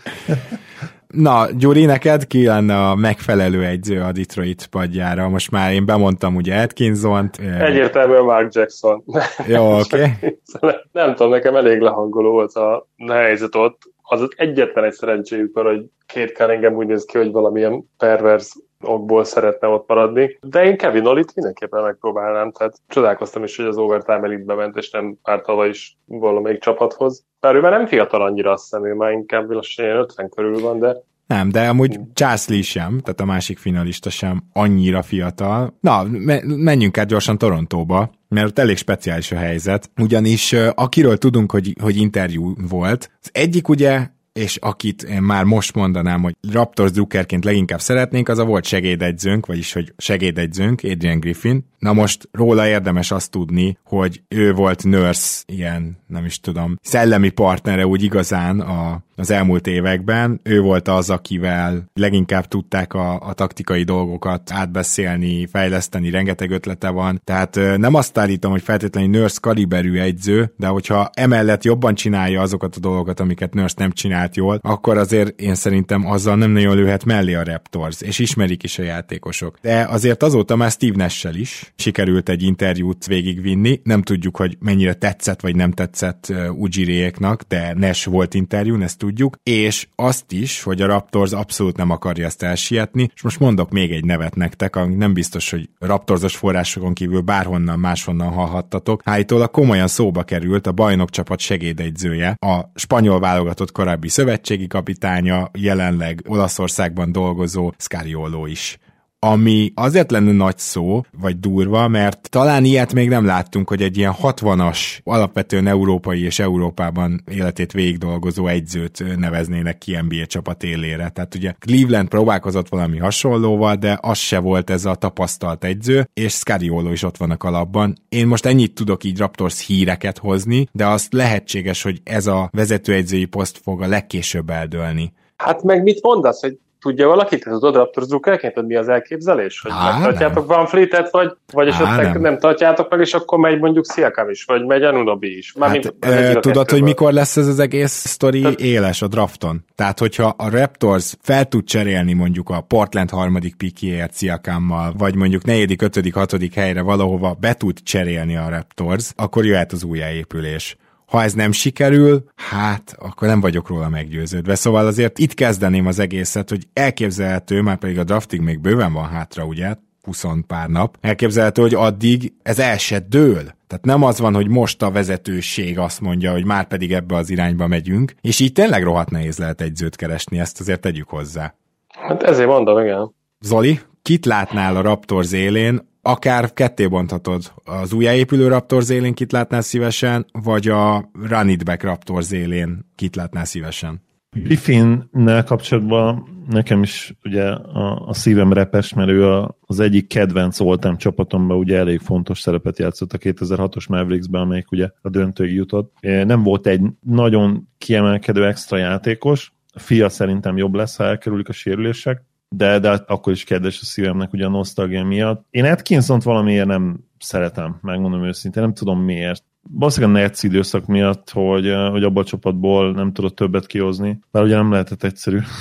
Na, Gyuri, neked ki lenne a megfelelő egyző a Detroit padjára? Most már én bemondtam ugye Atkinsont.
Egyértelműen Mark Jackson.
Jó, oké.
Nem tudom, nekem elég lehangoló volt a helyzet ott. Az egyetlen egy szerencséjük van, hogy Kate Cunningham úgy néz ki, hogy valamilyen perverz okból szeretne ott maradni. De én Kevin Ollit mindenképpen megpróbálnám, tehát csodálkoztam is, hogy az Overtime Elite-be ment, és nem pár tavaly is valamelyik csapathoz. Bár ő már nem fiatal annyira, azt hiszem, ő már inkább 50 körül van, de...
Nem, de amúgy Charles Lee sem, tehát a másik finalista sem annyira fiatal. Na, menjünk át gyorsan Torontóba, mert ott elég speciális a helyzet, ugyanis akiről tudunk, hogy interjú volt, az egyik ugye, és akit én már most mondanám, hogy Raptors drukkerként leginkább szeretnénk, az a volt segédegyzőnk, vagyis hogy segédegyzőnk, Adrian Griffin. Na most róla érdemes azt tudni, hogy ő volt Nurse, ilyen, nem is tudom, szellemi partnere úgy igazán az elmúlt években. Ő volt az, akivel leginkább tudták a taktikai dolgokat átbeszélni, fejleszteni, rengeteg ötlete van. Tehát nem azt állítom, hogy feltétlenül Nurse kaliberű egyző, de hogyha emellett jobban csinálja azokat a dolgokat, amiket Nurse nem csinált jól, akkor azért én szerintem azzal nem nagyon lőhet mellé a Raptors, és ismerik is a játékosok. De azért azóta már Steve Nash-sel is sikerült egy interjút végigvinni. Nem tudjuk, hogy mennyire tetszett vagy nem tetszett Ujiriéknak, de Nash volt interjún, ezt tudjuk, és azt is, hogy a Raptors abszolút nem akarja ezt elsietni, és most mondok még egy nevet nektek, nem biztos, hogy Raptorsos forrásokon kívül bárhonnan máshonnan hallhattatok. Állítólag komolyan szóba került a bajnokcsapat segédegyzője, a spanyol válogatott korábbi szövetségi kapitánya, jelenleg Olaszországban dolgozó Scariolo is. Ami azért lenne nagy szó, vagy durva, mert talán ilyet még nem láttunk, hogy egy ilyen 60-as, alapvetően európai és Európában életét végigdolgozó egyzőt neveznének ki NBA csapat élére. Tehát ugye Cleveland próbálkozott valami hasonlóval, de az se volt ez a tapasztalt egyző, és Scariolo is ott van a kalapban. Én most ennyit tudok így Raptors híreket hozni, de azt lehetséges, hogy ez a vezetőegyzői poszt fog a legkésőbb eldőlni.
Hát meg mit mondasz, hogy tudja valaki, te tudod Raptors drukkerként, hogy mi az elképzelés? Hogy megtartjátok Van Fleetet, vagy esetleg nem tartjátok meg, és akkor megy mondjuk Siakam is, vagy megy Anunoby is.
Tudod, hogy mikor lesz ez az egész sztori éles a drafton? Tehát, hogyha a Raptors fel tud cserélni mondjuk a Portland harmadik pickjéért Siakammal, vagy mondjuk 4., 5., 6. helyre valahova be tud cserélni a Raptors, akkor jöhet az újjáépülés. Ha ez nem sikerül, hát akkor nem vagyok róla meggyőződve. Szóval azért itt kezdeném az egészet, hogy elképzelhető, már pedig a draftig még bőven van hátra, ugye, 20 pár nap, elképzelhető, hogy addig ez el se dől. Tehát nem az van, hogy most a vezetőség azt mondja, hogy már pedig ebbe az irányba megyünk, és így tényleg rohadt nehéz lehet egyzőt keresni, ezt azért tegyük hozzá.
Hát ezért mondom, igen.
Zoli, kit látnál a Raptors élén, akár ketté bonthatod, az újjáépülő Raptors élén kit látnál szívesen, vagy a Run It Back Raptors élén kit látnál szívesen?
Griffinnel kapcsolatban nekem is ugye a szívem repes, mert ő az egyik kedvenc all-time csapatomban ugye elég fontos szerepet játszott a 2006-os Mavericksben, amelyik ugye a döntőig jutott. Nem volt egy nagyon kiemelkedő extra játékos, a fia szerintem jobb lesz, ha elkerülik a sérülések, de akkor is kedves a szívemnek ugye a nosztalgia miatt. Én Atkinsont valamiért nem szeretem, megmondom őszintén, nem tudom miért. Valószínűleg a Nets időszak miatt, hogy abban a csapatból nem tudott többet kihozni, bár ugye nem lehetett egyszerű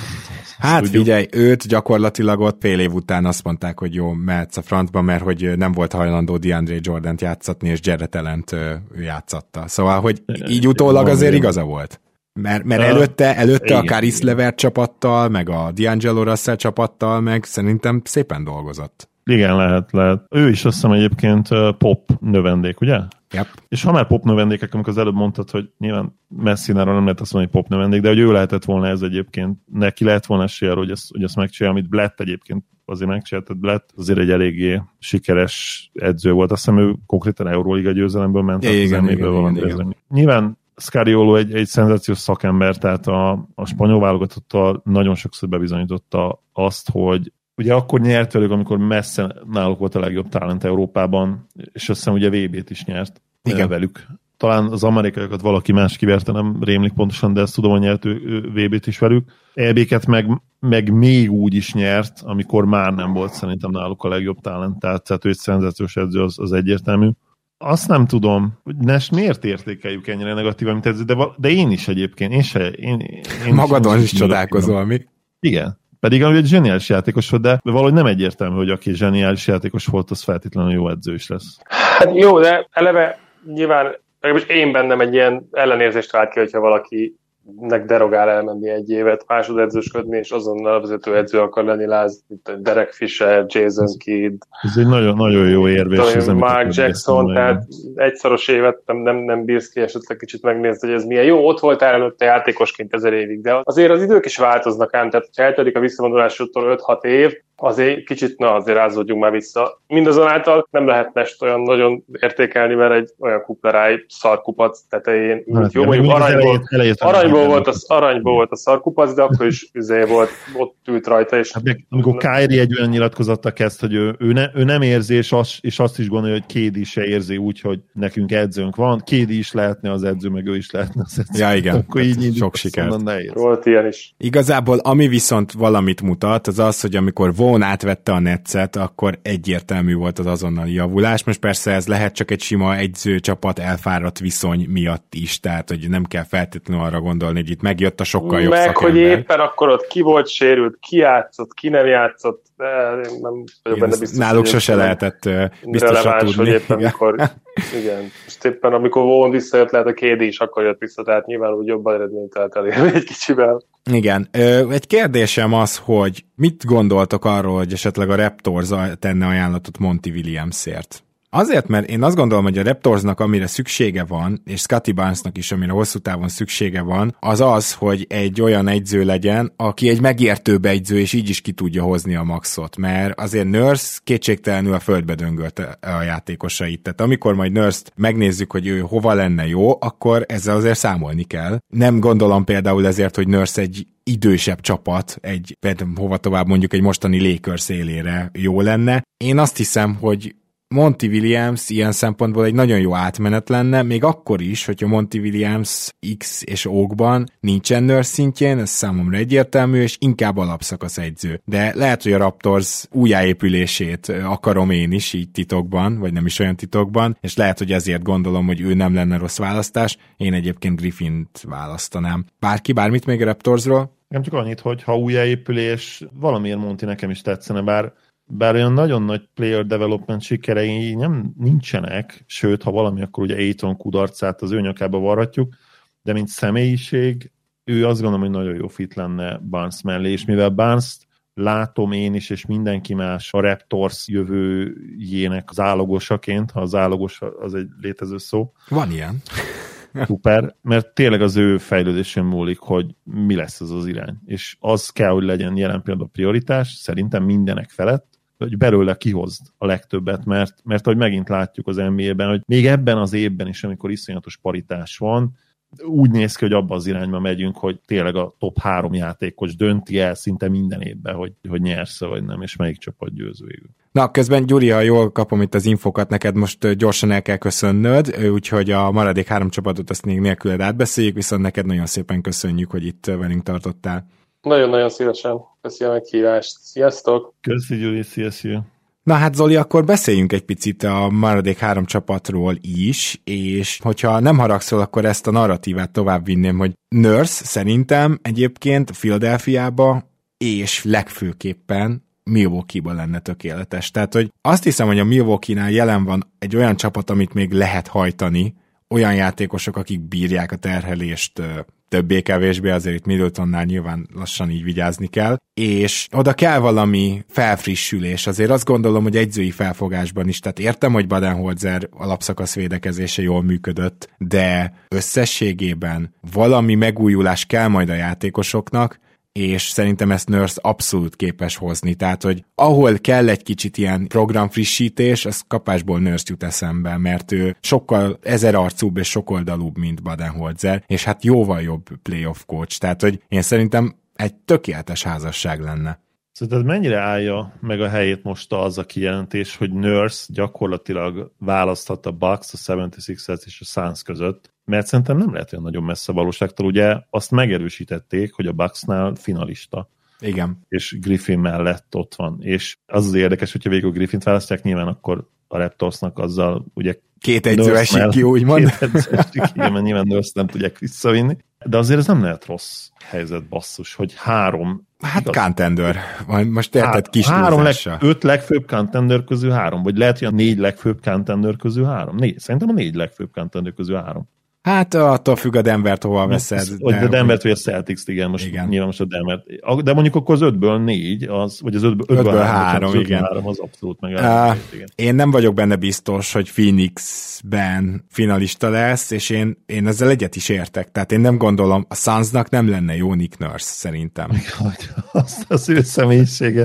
Hát figyelj, őt gyakorlatilag ott fél év után azt mondták, hogy jó, mehetsz a francba, mert hogy nem volt hajlandó DeAndre Jordant játszatni, és Jarrett Allent játszatta. Szóval, hogy így utólag azért igaza volt. Mert előtte a Caris Levert csapattal, meg a D'Angelo Russell csapattal, meg szerintem szépen dolgozott.
Igen, lehet. Ő is azt hiszem egyébként pop növendék, ugye?
Yep.
És ha már pop növendékek, amikor az előbb mondtad, hogy nyilván Messináról nem lehet azt mondani, hogy pop növendék, de hogy ő lehetett volna ez egyébként, neki lehet volna esélye, hogy ezt megcsinálja, amit Blatt egyébként azért megcsináltad. Blatt azért egy eléggé sikeres edző volt, azt hiszem ő konkrétan Euróliga győzelemből ment.
Igen.
Nyilván Scariolo egy szenzációs szakember, tehát a spanyol válogatottal nagyon sokszor bebizonyította azt, hogy ugye akkor nyert velük, amikor messze náluk volt a legjobb talent Európában, és azt hiszem ugye VB-t is nyert velük. Talán az amerikaiakat valaki más kiverte, nem rémlik pontosan, de ezt tudom, hogy nyert ő VB-t is velük. EB-ket meg még úgy is nyert, amikor már nem volt szerintem náluk a legjobb talent, tehát ő egy szenzációs edző, az egyértelmű. Azt nem tudom, hogy miért értékeljük ennyire negatívan, mint edző, de én is egyébként. Én
magadon is csodálkozol, mi?
Igen. Pedig egy zseniális játékos volt, de valahogy nem egyértelmű, hogy aki zseniális játékos volt, az feltétlenül jó edző is lesz.
Hát jó, de eleve nyilván, legalábbis én bennem egy ilyen ellenérzést vált ki, hogyha valakinek derogál elmenni egy évet, másodedzősködni, és azonnal a vezetőedző akar lenni, mint Derek Fisher, Jason Kidd.
Ez egy nagyon, nagyon jó érvés.
Mark Jackson, tehát egyszoros évet nem bírsz ki esetleg kicsit megnézni, hogy ez milyen. Jó, ott voltál előtte játékosként 1000 évig, de azért az idők is változnak ám, tehát ha eltelik a visszavonulásútól 5-6 év, azért kicsit, azért rázódjunk már vissza. Mindazonáltal nem lehet Nest olyan nagyon értékelni, mert egy olyan kupleráj szarkupac tetején.
Hát,
jó, mondjuk aranyból volt a szarkupac, de akkor is volt, ott ült rajta. És
hát amikor Kyrie egy olyan nyilatkozattal kezd, hogy ő nem érzi, és azt is gondolja, hogy KD se érzi úgy, hogy nekünk edzőnk van. KD is lehetne az edző, meg ő is lehetne az edző.
Ja, igen. Akkor így sok sikert.
Volt ilyen is.
Igazából, ami viszont valamit mutat, az az, hogy amikor Vaughn átvette a Netset, akkor egyértelmű volt az azonnali javulás. Most persze ez lehet csak egy sima edzőcsapat elfáradt viszony miatt is, tehát hogy nem kell feltétlenül arra gondolni, hogy itt megjött a sokkal jobb szakember.
Hogy éppen akkor ott ki volt sérült, ki játszott, ki nem játszott, de nem vagyok benne biztos.
Náluk sose lehetett biztosan tudni.
Hogy éppen igen. Most éppen amikor Vaughn visszajött, lehet a KD is akkor jött vissza, tehát nyilván úgy jobban eredményt lehet elérni egy kicsivel.
Igen. Egy kérdésem az, hogy mit gondoltok arról, hogy esetleg a Raptors tenne ajánlatot Monty Williamsért? Azért, mert én azt gondolom, hogy a Raptorsnak amire szüksége van, és Scottie Barnesnak is amire hosszú távon szüksége van, az, hogy egy olyan egyző legyen, aki egy megértőbb egyző, és így is ki tudja hozni a maxot, mert azért Nurse kétségtelenül a földbe döngölt a játékosait, tehát amikor majd Nurse-t megnézzük, hogy ő hova lenne jó, akkor ezzel azért számolni kell. Nem gondolom például ezért, hogy Nurse egy idősebb csapat, például hova tovább mondjuk egy mostani Lakers élére jó lenne. Én azt hiszem, hogy Monty Williams ilyen szempontból egy nagyon jó átmenet lenne, még akkor is, hogyha Monty Williams X és O-kban nincsen Nurse szintjén, ez számomra egyértelmű, és inkább alapszakasz egyző. De lehet, hogy a Raptors újjáépülését akarom én is így titokban, vagy nem is olyan titokban, és lehet, hogy ezért gondolom, hogy ő nem lenne rossz választás. Én egyébként Griffint választanám. Bármit még a Raptorsról?
Nem csak annyit, hogy ha újjáépülés, valamiért Monty nekem is tetszene, bár olyan nagyon nagy player development sikerei nincsenek, sőt, ha valami, akkor ugye Ayton kudarcát az ő nyakába varratjuk, de mint személyiség, ő azt gondolom, hogy nagyon jó fit lenne Barnes mellé, és mivel Barnes-t látom én is, és mindenki más a Raptors jövőjének az álogosaként, ha az álogos az egy létező szó.
Van ilyen.
Szuper, mert tényleg az ő fejlődésén múlik, hogy mi lesz az irány. És az kell, hogy legyen jelen pillanatban a prioritás, szerintem mindenek felett, hogy belőle kihozd a legtöbbet, mert ahogy megint látjuk az NBA-ben, hogy még ebben az évben is, amikor iszonyatos paritás van, úgy néz ki, hogy abban az irányba megyünk, hogy tényleg a top 3 játékos dönti el szinte minden évben, hogy nyersz vagy nem, és melyik csapat győz végül.
Na, közben Gyuri, ha jól kapom itt az infokat, neked most gyorsan el kell köszönnöd, úgyhogy a maradék 3 csapatot azt még nélküled átbeszéljük, viszont neked nagyon szépen köszönjük, hogy itt velünk tartottál.
Nagyon-nagyon szívesen. Köszönöm a meghívást. Sziasztok!
Köszi, Gyuri, sziasztok!
Na hát Zoli, akkor beszéljünk egy picit a maradék 3 csapatról is, és hogyha nem haragszol, akkor ezt a narratívát tovább vinném, hogy Nurse szerintem egyébként Philadelphiába és legfőképpen Milwaukee-ban lenne tökéletes. Tehát, hogy azt hiszem, hogy a Milwaukee-nál jelen van egy olyan csapat, amit még lehet hajtani, olyan játékosok, akik bírják a terhelést többé-kevésbé, azért itt Middletonnál nyilván lassan így vigyázni kell, és oda kell valami felfrissülés. Azért azt gondolom, hogy egyzői felfogásban is, tehát értem, hogy Baden-Holzer alapszakasz védekezése jól működött, de összességében valami megújulás kell majd a játékosoknak, és szerintem ezt Nurse abszolút képes hozni, tehát, hogy ahol kell egy kicsit ilyen programfrissítés, az kapásból Nurse jut eszembe, mert ő sokkal ezerarcúbb és sokoldalúbb, mint Baden-Holzer, és hát jóval jobb playoff coach, tehát, hogy én szerintem egy tökéletes házasság lenne.
Szerinted mennyire állja meg a helyét most az a kijelentés, hogy Nurse gyakorlatilag választhat a Bucks, a 76ers és a Suns között, mert szerintem nem lehet olyan nagyon messze a valóságtól. Ugye azt megerősítették, hogy a Bucksnál finalista.
Igen.
És Griffin mellett ott van. És az érdekes, hogyha végül Griffint választják, nyilván akkor a Raptorsnak azzal ugye
két egyző esik ki, úgymond.
Két egyző esik ki, mert nyilván Nurse nem tudják visszavinni. De azért ez nem lehet rossz helyzet, basszus, hogy 3.
Hát contender. Most érted kis túlzással.
5 legfőbb contender közül 3, vagy lehet, hogy a 4 legfőbb contender közül 3. Szerintem a 4 legfőbb contender közül 3.
Hát attól függ a Denvert, hova veszed.
De Denvert vagy a Celtics, igen, most nyilván most a Denvert. De mondjuk akkor az 5-ből 4, vagy az 5-ből 3,
igen.
3 az abszolút megállapít.
Én nem vagyok benne biztos, hogy Phoenixben finalista lesz, és én ezzel egyet is értek. Tehát én nem gondolom, a Sunsnak nem lenne jó Nick Nurse, szerintem.
Azt az ő személyisége,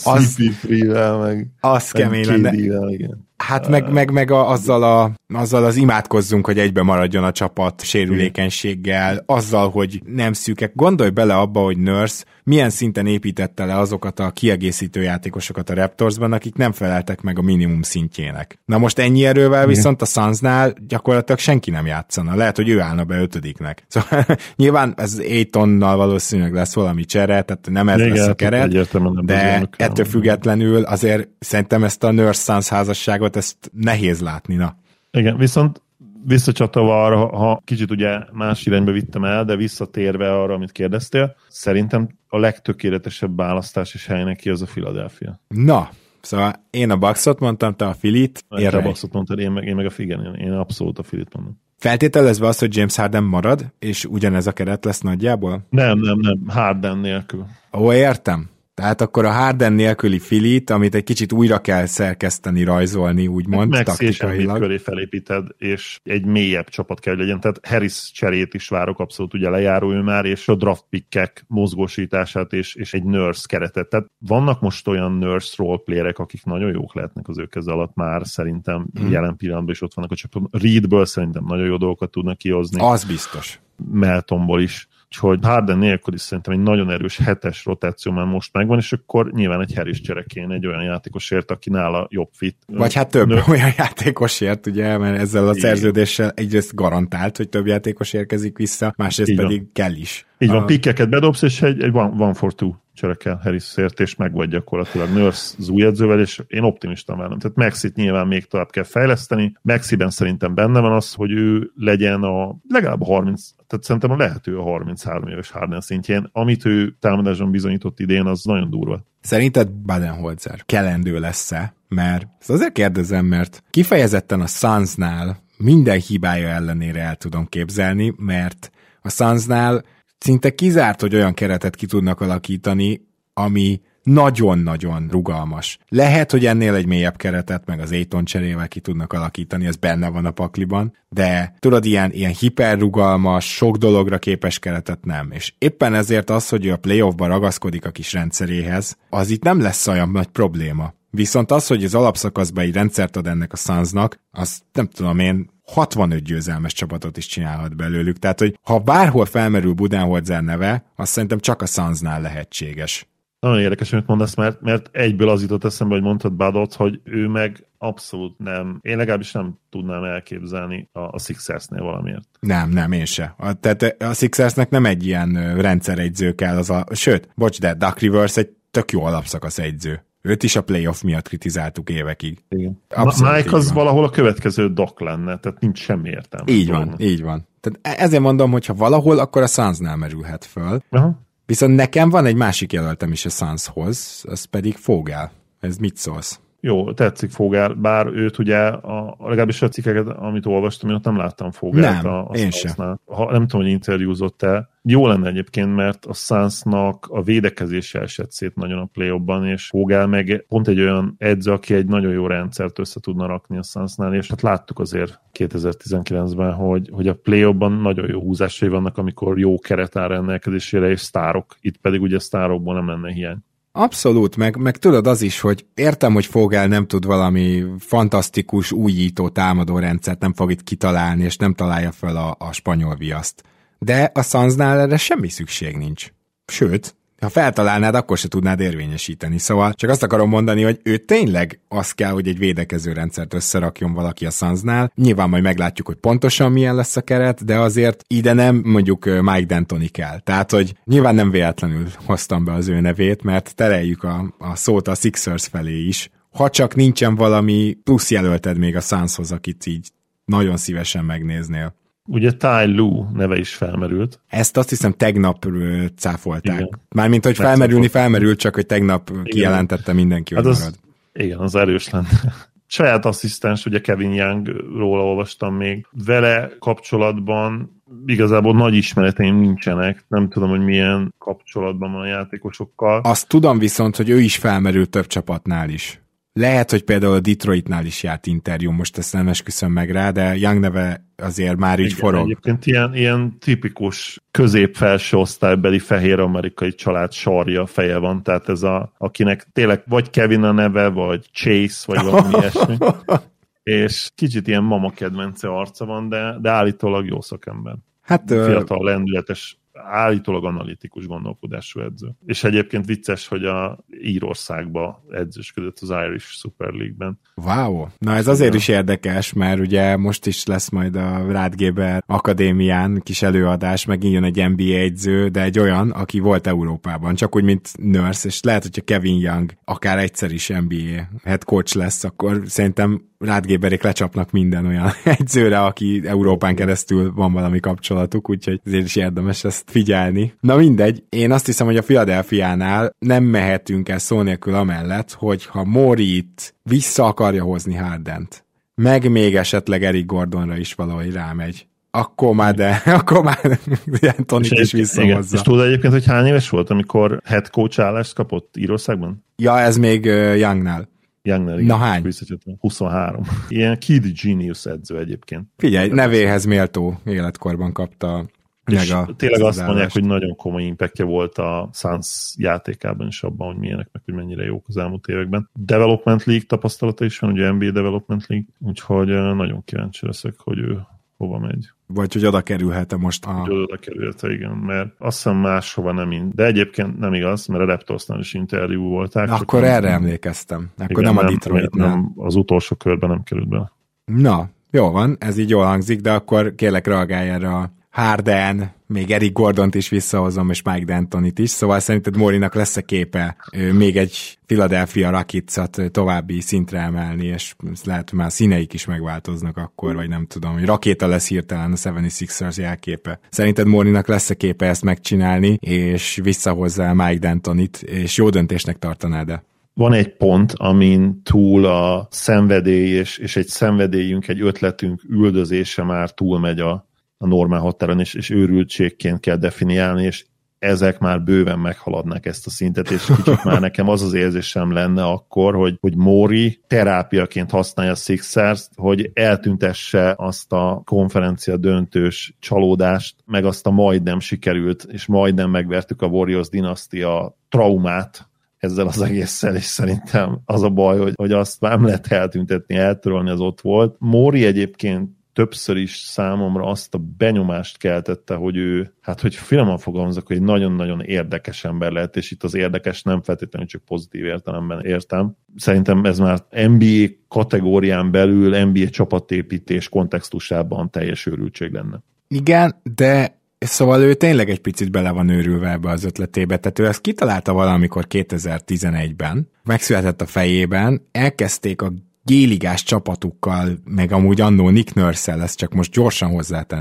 CP3-vel, meg
az kemény lenne.
Igen.
Hát meg azzal az imádkozzunk, hogy egybe maradjon a csapat sérülékenységgel, azzal, hogy nem szűkek. Gondolj bele abba, hogy Nurse milyen szinten építette le azokat a kiegészítő játékosokat a Raptorsban, akik nem feleltek meg a minimum szintjének. Na most ennyi erővel viszont a Sunsnál gyakorlatilag senki nem játszana. Lehet, hogy ő állna be 5. Szóval nyilván ez Aytonnal valószínűleg lesz valami csere, tehát nem ez lesz a keret, de ettől függetlenül azért szerintem ezt a Nurse-Suns házasságot, ezt nehéz látni, na.
Igen, viszont visszacsatolva arra, ha kicsit ugye más irányba vittem el, de visszatérve arra, amit kérdeztél, szerintem a legtökéletesebb választás és hely neki az a Philadelphia.
Na, szóval én a Bucksot mondtam, te a Philit.
Én a Bucksot mondtad, én meg a Figen, én abszolút a Philit mondom.
Feltételezve az, hogy James Harden marad, és ugyanez a keret lesz nagyjából?
Nem, Harden nélkül.
Ó, értem. Tehát akkor a Harden nélküli Philit, amit egy kicsit újra kell szerkeszteni, rajzolni, úgymond, taktikailag.
Köré felépíted, és egy mélyebb csapat kell, hogy legyen. Tehát Harris cserét is várok, abszolút ugye lejáró ő már, és a draft pickek mozgósítását, és egy Nurse keretet. Tehát vannak most olyan Nurse roleplayerek, akik nagyon jók lehetnek az ő keze alatt már, szerintem jelen pillanatban is ott vannak a csapatban. Reedből szerintem nagyon jó dolgokat tudnak kihozni.
Az biztos.
Meltonból is. Úgyhogy Harden nélkül is szerintem egy nagyon erős 7-es rotáció már most megvan, és akkor nyilván egy Harris cserekén egy olyan játékosért, aki nála jobb fit.
Vagy hát több olyan játékosért, ugye, mert ezzel a szerződéssel egyrészt garantált, hogy több játékos érkezik vissza, másrészt pedig kell is.
Így van, pikkeket bedobsz, és egy 1-for-2 cserekel Harrisért, és meg vagy gyakorlatilag Nurse az új edzővel, és én optimistán várom. Tehát Maxit nyilván még tovább kell fejleszteni. Maxiben szerintem benne van az, hogy ő legyen legalább 30, tehát szerintem a lehető a 33 éves Harden szintjén. Amit ő támadásban bizonyított idén, az nagyon durva.
Szerinted Baden-Holzer kelendő lesz-e? Mert azért kérdezem, mert kifejezetten a Sunsnál minden hibája ellenére el tudom képzelni, mert a Sunsnál szinte kizárt, hogy olyan keretet ki tudnak alakítani, ami nagyon-nagyon rugalmas. Lehet, hogy ennél egy mélyebb keretet, meg az Ayton cserével ki tudnak alakítani, ez benne van a pakliban, de tudod, ilyen hiperrugalmas, sok dologra képes keretet nem. És éppen ezért az, hogy ő a playoffban ragaszkodik a kis rendszeréhez, az itt nem lesz olyan nagy probléma. Viszont az, hogy az alapszakaszban egy rendszert ad ennek a Sunsnak, az nem tudom én, 65 győzelmes csapatot is csinálhat belőlük. Tehát, hogy ha bárhol felmerül Budenholzer neve, azt szerintem csak a Sunsnál lehetséges.
Nagyon érdekes, amit mondasz, mert egyből az jutott eszembe, hogy mondtad Badot, hogy ő meg abszolút nem, én legalábbis nem tudnám elképzelni a Sixersnél valamiért.
Nem, én se. Tehát a Sixersnek nem egy ilyen rendszeregyző kell, sőt, de Doc Rivers egy tök jó alapszakasz egyző. Őt is a playoff miatt kritizáltuk évekig.
Igen. Mike az valahol a következő Doc lenne, tehát nincs semmi értelme.
Így van. Tehát ezért mondom, hogy ha valahol, akkor a Sunsnál merülhet föl.
Aha.
Viszont nekem van egy másik jelöltem is a Sunshoz, az pedig Fogel. Ez mit szólsz?
Jó, tetszik Fogel, bár őt ugye, legalábbis a cikkeket, amit olvastam, én ott nem láttam Fogelt.
Nem, én sem.
Nem tudom, hogy interjúzott-e. Jó lenne egyébként, mert a Sunsnak a védekezése esett szét nagyon a play-offban, és Fogel meg pont egy olyan edző, aki egy nagyon jó rendszert össze tudna rakni a Sunsnál, és hát láttuk azért 2019-ben, hogy a play-offban nagyon jó húzásai vannak, amikor jó keret áll rendelkezésére, és sztárok. Itt pedig ugye sztárokból nem lenne hiány.
Abszolút, meg tudod az is, hogy értem, hogy Fogel nem tud valami fantasztikus, újító támadó rendszert, nem fog itt kitalálni, és nem találja fel a spanyol viaszt. De a Sunsnál erre semmi szükség nincs. Sőt, ha feltalálnád, akkor se tudnád érvényesíteni. Szóval csak azt akarom mondani, hogy ő tényleg az kell, hogy egy védekező rendszert összerakjon valaki a Sunsnál. Nyilván majd meglátjuk, hogy pontosan milyen lesz a keret, de azért ide nem mondjuk Mike D'Antoni kell. Tehát, hogy nyilván nem véletlenül hoztam be az ő nevét, mert tereljük a szót a Sixers felé is. Ha csak nincsen valami plusz jelölted még a Sunshoz, akit így nagyon szívesen megnéznél.
Ugye Ty Lue neve is felmerült.
Ezt azt hiszem tegnap cáfolták.
Igen.
Mármint, hogy felmerült, csak hogy tegnap kijelentette mindenki, hogy marad.
Igen, az erős lenne. Saját asszisztens, ugye Kevin Youngról olvastam még. Vele kapcsolatban igazából nagy ismereteim nincsenek. Nem tudom, hogy milyen kapcsolatban van a játékosokkal.
Azt tudom viszont, hogy ő is felmerült több csapatnál is. Lehet, hogy például a Detroitnál is járt interjú, most ezt nem esküszöm meg rá, de Young neve azért már így forog.
Egyébként ilyen tipikus közép-felső osztálybeli fehér amerikai család sarja feje van, tehát ez akinek tényleg vagy Kevin a neve, vagy Chase, vagy valami ilyesmi. És kicsit ilyen mama kedvence arca van, de állítólag jó szakember. Hát, fiatal, lendületes, állítólag analitikus gondolkodású edző. És egyébként vicces, hogy a Írországba edzősködött az Irish Super League-ben.
Wow! Na ez azért is érdekes, mert ugye most is lesz majd a Rádgéber Akadémián kis előadás, megint jön egy NBA edző, de egy olyan, aki volt Európában, csak úgy, mint Nurse, és lehet, hogyha Kevin Young akár egyszer is NBA head coach lesz, akkor szerintem Rádgéberék lecsapnak minden olyan edzőre, aki Európán keresztül van valami kapcsolatuk, úgyhogy ezért is érdemes ezt figyelni. Na mindegy, én azt hiszem, hogy a Philadelphiánál nem mehetünk el szó nélkül amellett, hogy ha Morit vissza akarja hozni Hardent, meg még esetleg Eric Gordonra is valahogy rámegy, akkor már D'Antonit is visszahozza.
És tudod egyébként, hogy hány éves volt, amikor head coach állást kapott Írországban?
Ja, ez még Youngnál.
Na hány? 23. Ilyen kid genius edző egyébként.
Figyelj, nevéhez méltó életkorban kapta meg a...
Tényleg azt mondják, hogy nagyon komoly impactja volt a Suns játékában is abban, hogy milyenek, meg hogy mennyire jók az elmúlt években. Development League tapasztalata is van, ugye NBA Development League, úgyhogy nagyon kíváncsi leszek, hogy ő hova megy.
Vagy hogy oda kerülhet-e most
Hogy oda kerülhet-e, igen, mert azt hiszem máshova nem, de egyébként nem igaz, mert a Raptorsnál is interjú volták.
Akkor erre emlékeztem. Akkor igen, nem a Detroitnál.
Nem, az utolsó körben nem került be.
Na, jó van, ez így jól hangzik, de akkor kérlek reagálj erre a Harden, még Eric Gordont is visszahozom, és Mike D'Antonit is, szóval szerinted Morinak lesz-e képe még egy Philadelphia Rockets-at további szintre emelni, és lehet, hogy már színeik is megváltoznak akkor, vagy nem tudom, hogy rakéta lesz hirtelen a 76ers jelképe. Szerinted Morinak lesz-e képe ezt megcsinálni, és visszahozza Mike D'Antonit, és jó döntésnek tartanád-e?
Van egy pont, amin túl a szenvedély, és egy szenvedélyünk, egy ötletünk üldözése már túlmegy a normál határon, és őrültségként kell definiálni, és ezek már bőven meghaladnak ezt a szintet, és kicsit már nekem az érzésem lenne akkor, hogy Mori terápiaként használja a Sixers-t, hogy eltüntesse azt a konferencia döntős csalódást, meg azt a majdnem sikerült, és majdnem megvertük a Warriors dinasztia traumát ezzel az egésszel, és szerintem az a baj, hogy azt nem lehet eltüntetni, eltörölni, az ott volt. Mori egyébként többször is számomra azt a benyomást keltette, hogy ő, hát hogy finoman fogalmazok, hogy egy nagyon-nagyon érdekes ember lehet, és itt az érdekes nem feltétlenül csak pozitív értelemben értem. Szerintem ez már NBA kategórián belül NBA csapatépítés kontextusában teljes őrültség lenne.
Igen, de szóval ő tényleg egy picit bele van őrülve ebbe az ötletébe, tehát ő ezt kitalálta valamikor 2011-ben, megszületett a fejében, elkezdték a G-ligás csapatukkal, meg amúgy annó Nick Nurse-szel, ezt csak most gyorsan hozzátenném,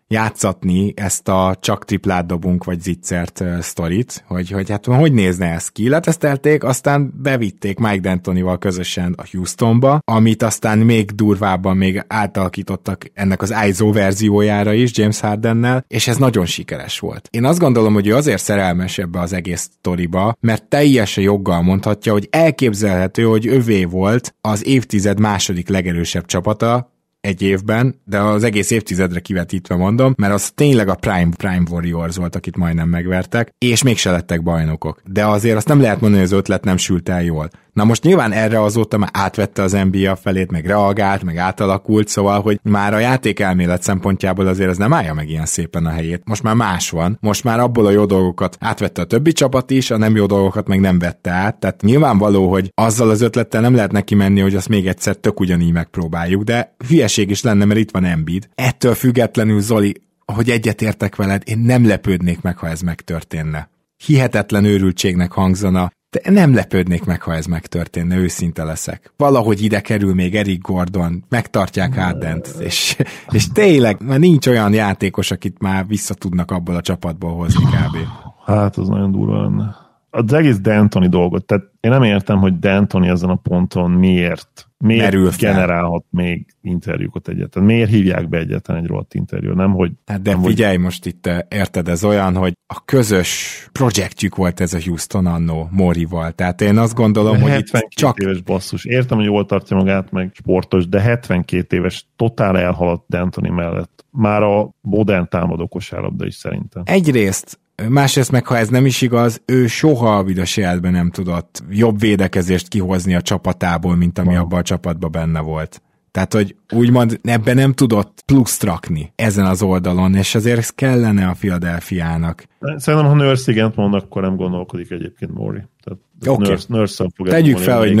játszatni ezt a csak triplát dobunk, vagy zicsert sztorit, hogy hát hogy nézne ez ki. Letesztelték, aztán bevitték Mike D'Antonival közösen a Houstonba, amit aztán még durvábban még átalakítottak ennek az ISO verziójára is, James Hardennel, és ez nagyon sikeres volt. Én azt gondolom, hogy ő azért szerelmes ebbe az egész sztoriba, mert teljesen joggal mondhatja, hogy elképzelhető, hogy övé volt az évtized második legerősebb csapata egy évben, de az egész évtizedre kivetítve mondom, mert az tényleg a Prime Warriors volt, akit majdnem megvertek, és mégse lettek bajnokok. De azért azt nem lehet mondani, hogy az ötlet nem sült el jól. Na most nyilván erre azóta már átvette az NBA felét, meg reagált, meg átalakult, szóval, hogy már a játékelmélet szempontjából azért ez nem állja meg ilyen szépen a helyét. Most már más van, most már abból a jó dolgokat átvette a többi csapat is, a nem jó dolgokat meg nem vette át, tehát nyilvánvaló, hogy azzal az ötlettel nem lehet neki menni, hogy azt még egyszer tök ugyanígy megpróbáljuk, de hülyeség is lenne, mert itt van Embiid. Ettől függetlenül, Zoli, hogy egyetértek veled, én nem lepődnék meg, ha ez megtörténne. Hihetetlen őrültségnek hangzana, de nem lepődnék meg, ha ez megtörténne, őszinte leszek. Valahogy ide kerül még Eric Gordon, megtartják Hardent, és tényleg, mert nincs olyan játékos, akit már vissza tudnak abból a csapatból hozni kb.
Hát, az nagyon durva lenne. Az egész D'Antoni dolgot, tehát én nem értem, hogy D'Antoni ezen a ponton miért generálhat még interjúkat egyáltalán. Miért hívják be egyáltalán egy rohadt interjú? Nem, hogy...
Hát de
nem,
figyelj, most itt érted, ez olyan, hogy a közös projektjük volt ez a Houston annó Morival. Tehát én azt gondolom, hogy itt csak...
éves basszus. Értem, hogy jól tartja magát, meg sportos, de 72 éves totál elhaladt D'Antoni mellett. Már a modern támadó kosárlabda is szerintem.
Egyrészt, másrészt meg, ha ez nem is igaz, ő soha a büdös életben nem tudott jobb védekezést kihozni a csapatából, mint ami abban a csapatban benne volt. Tehát, hogy úgymond ebben nem tudott pluszt rakni ezen az oldalon, és azért kellene a Philadelphiának.
Szerintem, ha Nurse igent mond, akkor nem gondolkodik egyébként Mori.
Okay. Tegyük fel, hogy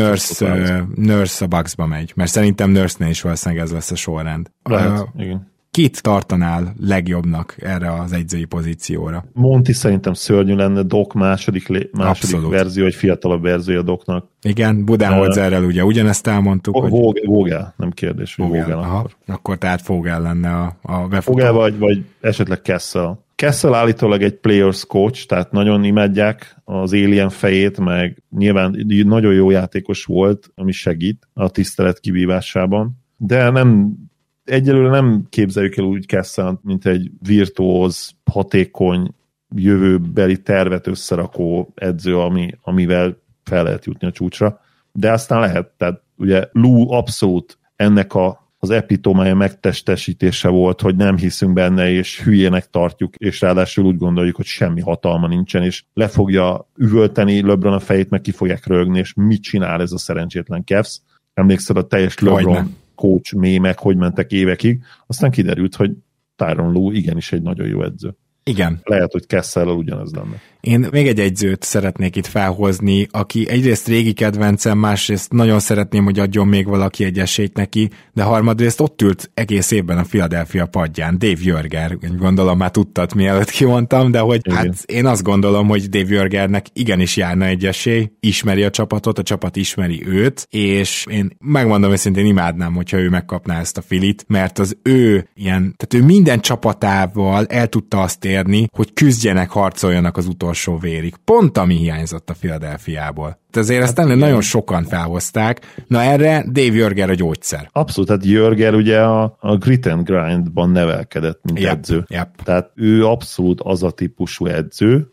Nurse a Bucksba megy, mert szerintem Nurse-nél is valószínűleg ez lesz a sorrend.
Igen.
Kit tartanál legjobbnak erre az egyzői pozícióra?
Monty szerintem szörnyű lenne, Doc második verzió, egy fiatalabb verziója Docnak.
Igen, Budenholzerrel ugye ugyanezt elmondtuk.
Vogel, nem kérdés, hogy Vogel.
Akkor tehát Vogel lenne a befutó.
Vogel vagy esetleg Kessel. Kessel állítólag egy players coach, tehát nagyon imádják az Alien fejét, meg nyilván nagyon jó játékos volt, ami segít a tisztelet kivívásában, de egyelőre nem képzeljük el úgy Kessel, mint egy virtuóz, hatékony, jövőbeli tervet összerakó edző, amivel fel lehet jutni a csúcsra. De aztán lehet, tehát ugye Lou abszolút ennek az epitomája megtestesítése volt, hogy nem hiszünk benne, és hülyének tartjuk, és ráadásul úgy gondoljuk, hogy semmi hatalma nincsen, és le fogja üvölteni LeBron a fejét, meg ki fogják rögni, és mit csinál ez a szerencsétlen Cavs? Emlékszel a teljes LeBron coach mémek, hogy mentek évekig, aztán kiderült, hogy Tyronn Lue igenis egy nagyon jó edző.
Igen.
Lehet, hogy Kessellel ugyanez lenne.
Én még egy egyzőt szeretnék itt felhozni, aki egyrészt régi kedvencem, másrészt nagyon szeretném, hogy adjon még valaki egy esélyt neki, de harmadrészt ott ült egész évben a Philadelphia padján, Dave Joerger, gondolom már tudtad, mielőtt kimondtam, de hogy igen. Hát én azt gondolom, hogy Dave Joergernek igenis járna egy esély, ismeri a csapatot, a csapat ismeri őt, és én megmondom őszintén imádnám, hogyha ő megkapná ezt a Philit, mert az ő tehát ő minden csapatával el tudta azt érni, hogy küzdjenek, harcoljanak az utolsó vérig. Pont ami hiányzott a Philadelphiából. Ezért ezt nagyon sokan felhozták. Na erre Dave Joerger a gyógyszer.
Abszolút, tehát Joerger ugye a grit and grindban nevelkedett, mint edző. Tehát ő abszolút az a típusú edző,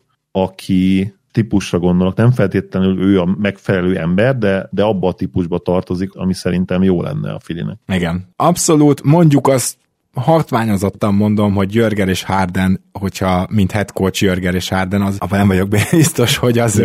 aki típusra gondolok, nem feltétlenül ő a megfelelő ember, de abba a típusba tartozik, ami szerintem jó lenne a Phillynek.
Igen. Abszolút, mondjuk azt hatványozottan mondom, hogy Joerger és Harden, hogyha mint head coach Joerger és Harden, az abban nem vagyok biztos, hogy az...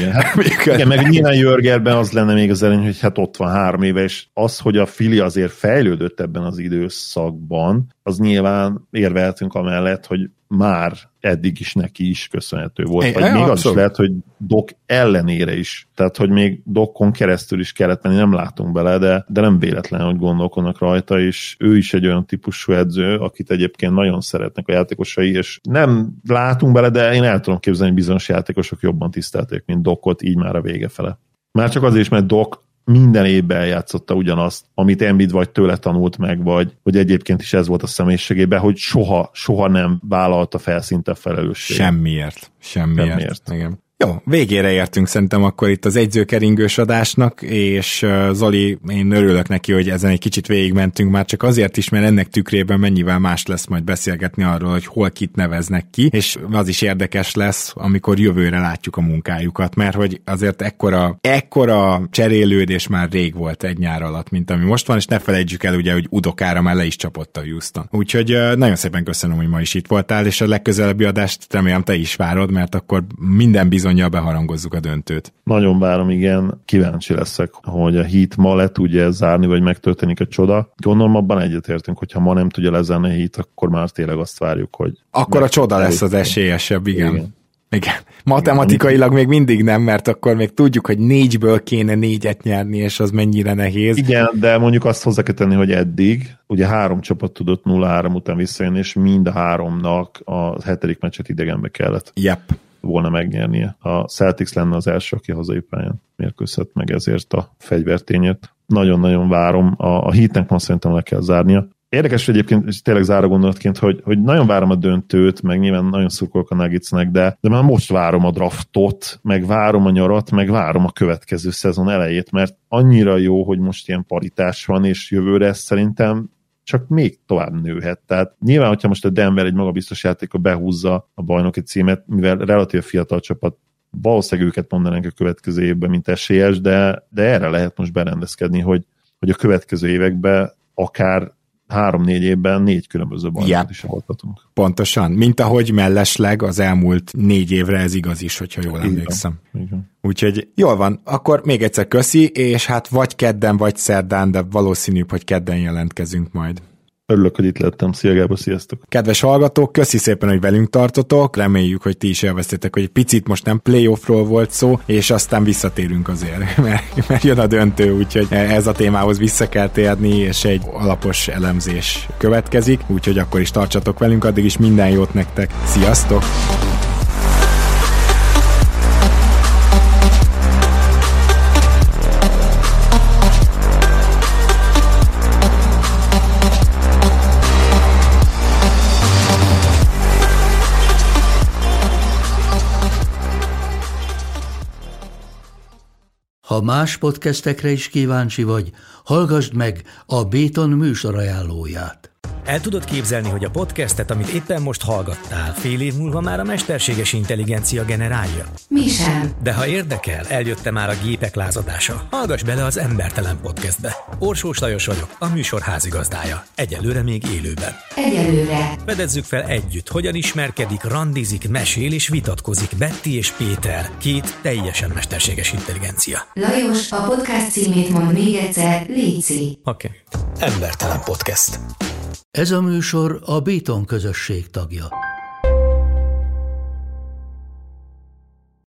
Igen, meg nyilván Joergerben az lenne még az előny, hogy hát ott van 3 éve, és az, hogy a Philly azért fejlődött ebben az időszakban, az nyilván érveltünk amellett, hogy már eddig is neki is köszönhető volt. Vagy még az is lehet, hogy Doc ellenére is. Tehát, hogy még Docon keresztül is kellett menni, nem látunk bele, de nem véletlen, hogy gondolkodnak rajta, és ő is egy olyan típusú edző, akit egyébként nagyon szeretnek a játékosai, és nem látunk bele, de én el tudom képzelni, hogy bizonyos játékosok jobban tisztelték, mint Docot, így már a vége fele. Már csak azért is, mert Doc minden évben eljátszotta ugyanazt, amit Embiid vagy tőle tanult meg, vagy egyébként is ez volt a személyiségében, hogy soha nem vállalta fel szinte a felelősséget.
Semmiért. Igen. Jó, végére értünk szerintem akkor itt az egyzőkeringős adásnak, és Zoli, én örülök neki, hogy ezen egy kicsit végigmentünk már csak azért is, mert ennek tükrében mennyivel más lesz majd beszélgetni arról, hogy hol kit neveznek ki, és az is érdekes lesz, amikor jövőre látjuk a munkájukat, mert hogy azért ekkora cserélődés már rég volt egy nyár alatt, mint ami most van, és ne felejtsük el ugye, hogy Udokára már le is csapott a Houston. Úgyhogy nagyon szépen köszönöm, hogy ma is itt voltál, és a legközelebbi adást remélem te is várod, mert akkor minden bizonnyal beharangozzuk a döntőt.
Nagyon várom, igen. Kíváncsi leszek, hogy a Heat ma le tudja zárni, vagy megtörténik a csoda. Gondolom abban egyetértünk, hogyha ma nem tudja lezárni a Heat, akkor már tényleg azt várjuk, hogy...
Akkor a csoda lesz az esélyesebb, igen. Matematikailag még mindig nem, mert akkor még tudjuk, hogy 4-ből kéne 4-et nyerni, és az mennyire nehéz.
Igen, de mondjuk azt hozzá kell tenni, hogy eddig, ugye 3 csapat tudott 0-3 után visszajönni, és mind a 3-nak a 7. meccset idegenbe kellett. Volna megnyernie. A Celtics lenne az első, aki hazai pályán mérkőzhet meg ezért a fegyvertényért. Nagyon-nagyon várom. A Heatnek ma szerintem le kell zárnia. Érdekes egyébként, és tényleg záró gondolatként, hogy nagyon várom a döntőt, meg nyilván nagyon szurkolok a Nuggetsnek, de már most várom a draftot, meg várom a nyarat, meg várom a következő szezon elejét, mert annyira jó, hogy most ilyen paritás van, és jövőre szerintem csak még tovább nőhet. Tehát nyilván, hogyha most a Denver egy magabiztos játéka behúzza a bajnoki címet, mivel relatív fiatal csapat, valószínűleg őket mondanánk a következő évben, mint esélyes, de erre lehet most berendezkedni, hogy a következő években akár 3-4 évben 4 különböző bajnokot is voltatunk.
Pontosan. Mint ahogy mellesleg az elmúlt 4 évre ez igaz is, hogyha jól emlékszem.
Igen.
Úgyhogy jól van. Akkor még egyszer köszi, és hát vagy kedden, vagy szerdán, de valószínűbb, hogy kedden jelentkezünk majd.
Örülök, hogy itt lettem. Szia Gábor, sziasztok!
Kedves hallgatók, köszi szépen, hogy velünk tartotok. Reméljük, hogy ti is élveztétek, hogy egy picit most nem playoffról volt szó, és aztán visszatérünk azért, mert jön a döntő, úgyhogy ez a témához vissza kell térni, és egy alapos elemzés következik, úgyhogy akkor is tartsatok velünk, addig is minden jót nektek. Sziasztok!
Ha más podcastekre is kíváncsi vagy, hallgassd meg a Béton műsor ajánlóját.
El tudod képzelni, hogy a podcastet, amit éppen most hallgattál, fél év múlva már a mesterséges intelligencia generálja?
Mi sem.
De ha érdekel, eljött már a gépek lázadása. Hallgass bele az Embertelen Podcastbe. Orsós Lajos vagyok, a műsor házigazdája. Egyelőre még élőben.
Egyelőre.
Fedezzük fel együtt, hogyan ismerkedik, randizik, mesél és vitatkozik Betty és Péter, 2 teljesen mesterséges intelligencia.
Lajos, a podcast címét mond még egyszer, léci.
Oké. Embertelen Podcast.
Ez a műsor a Béton közösség tagja.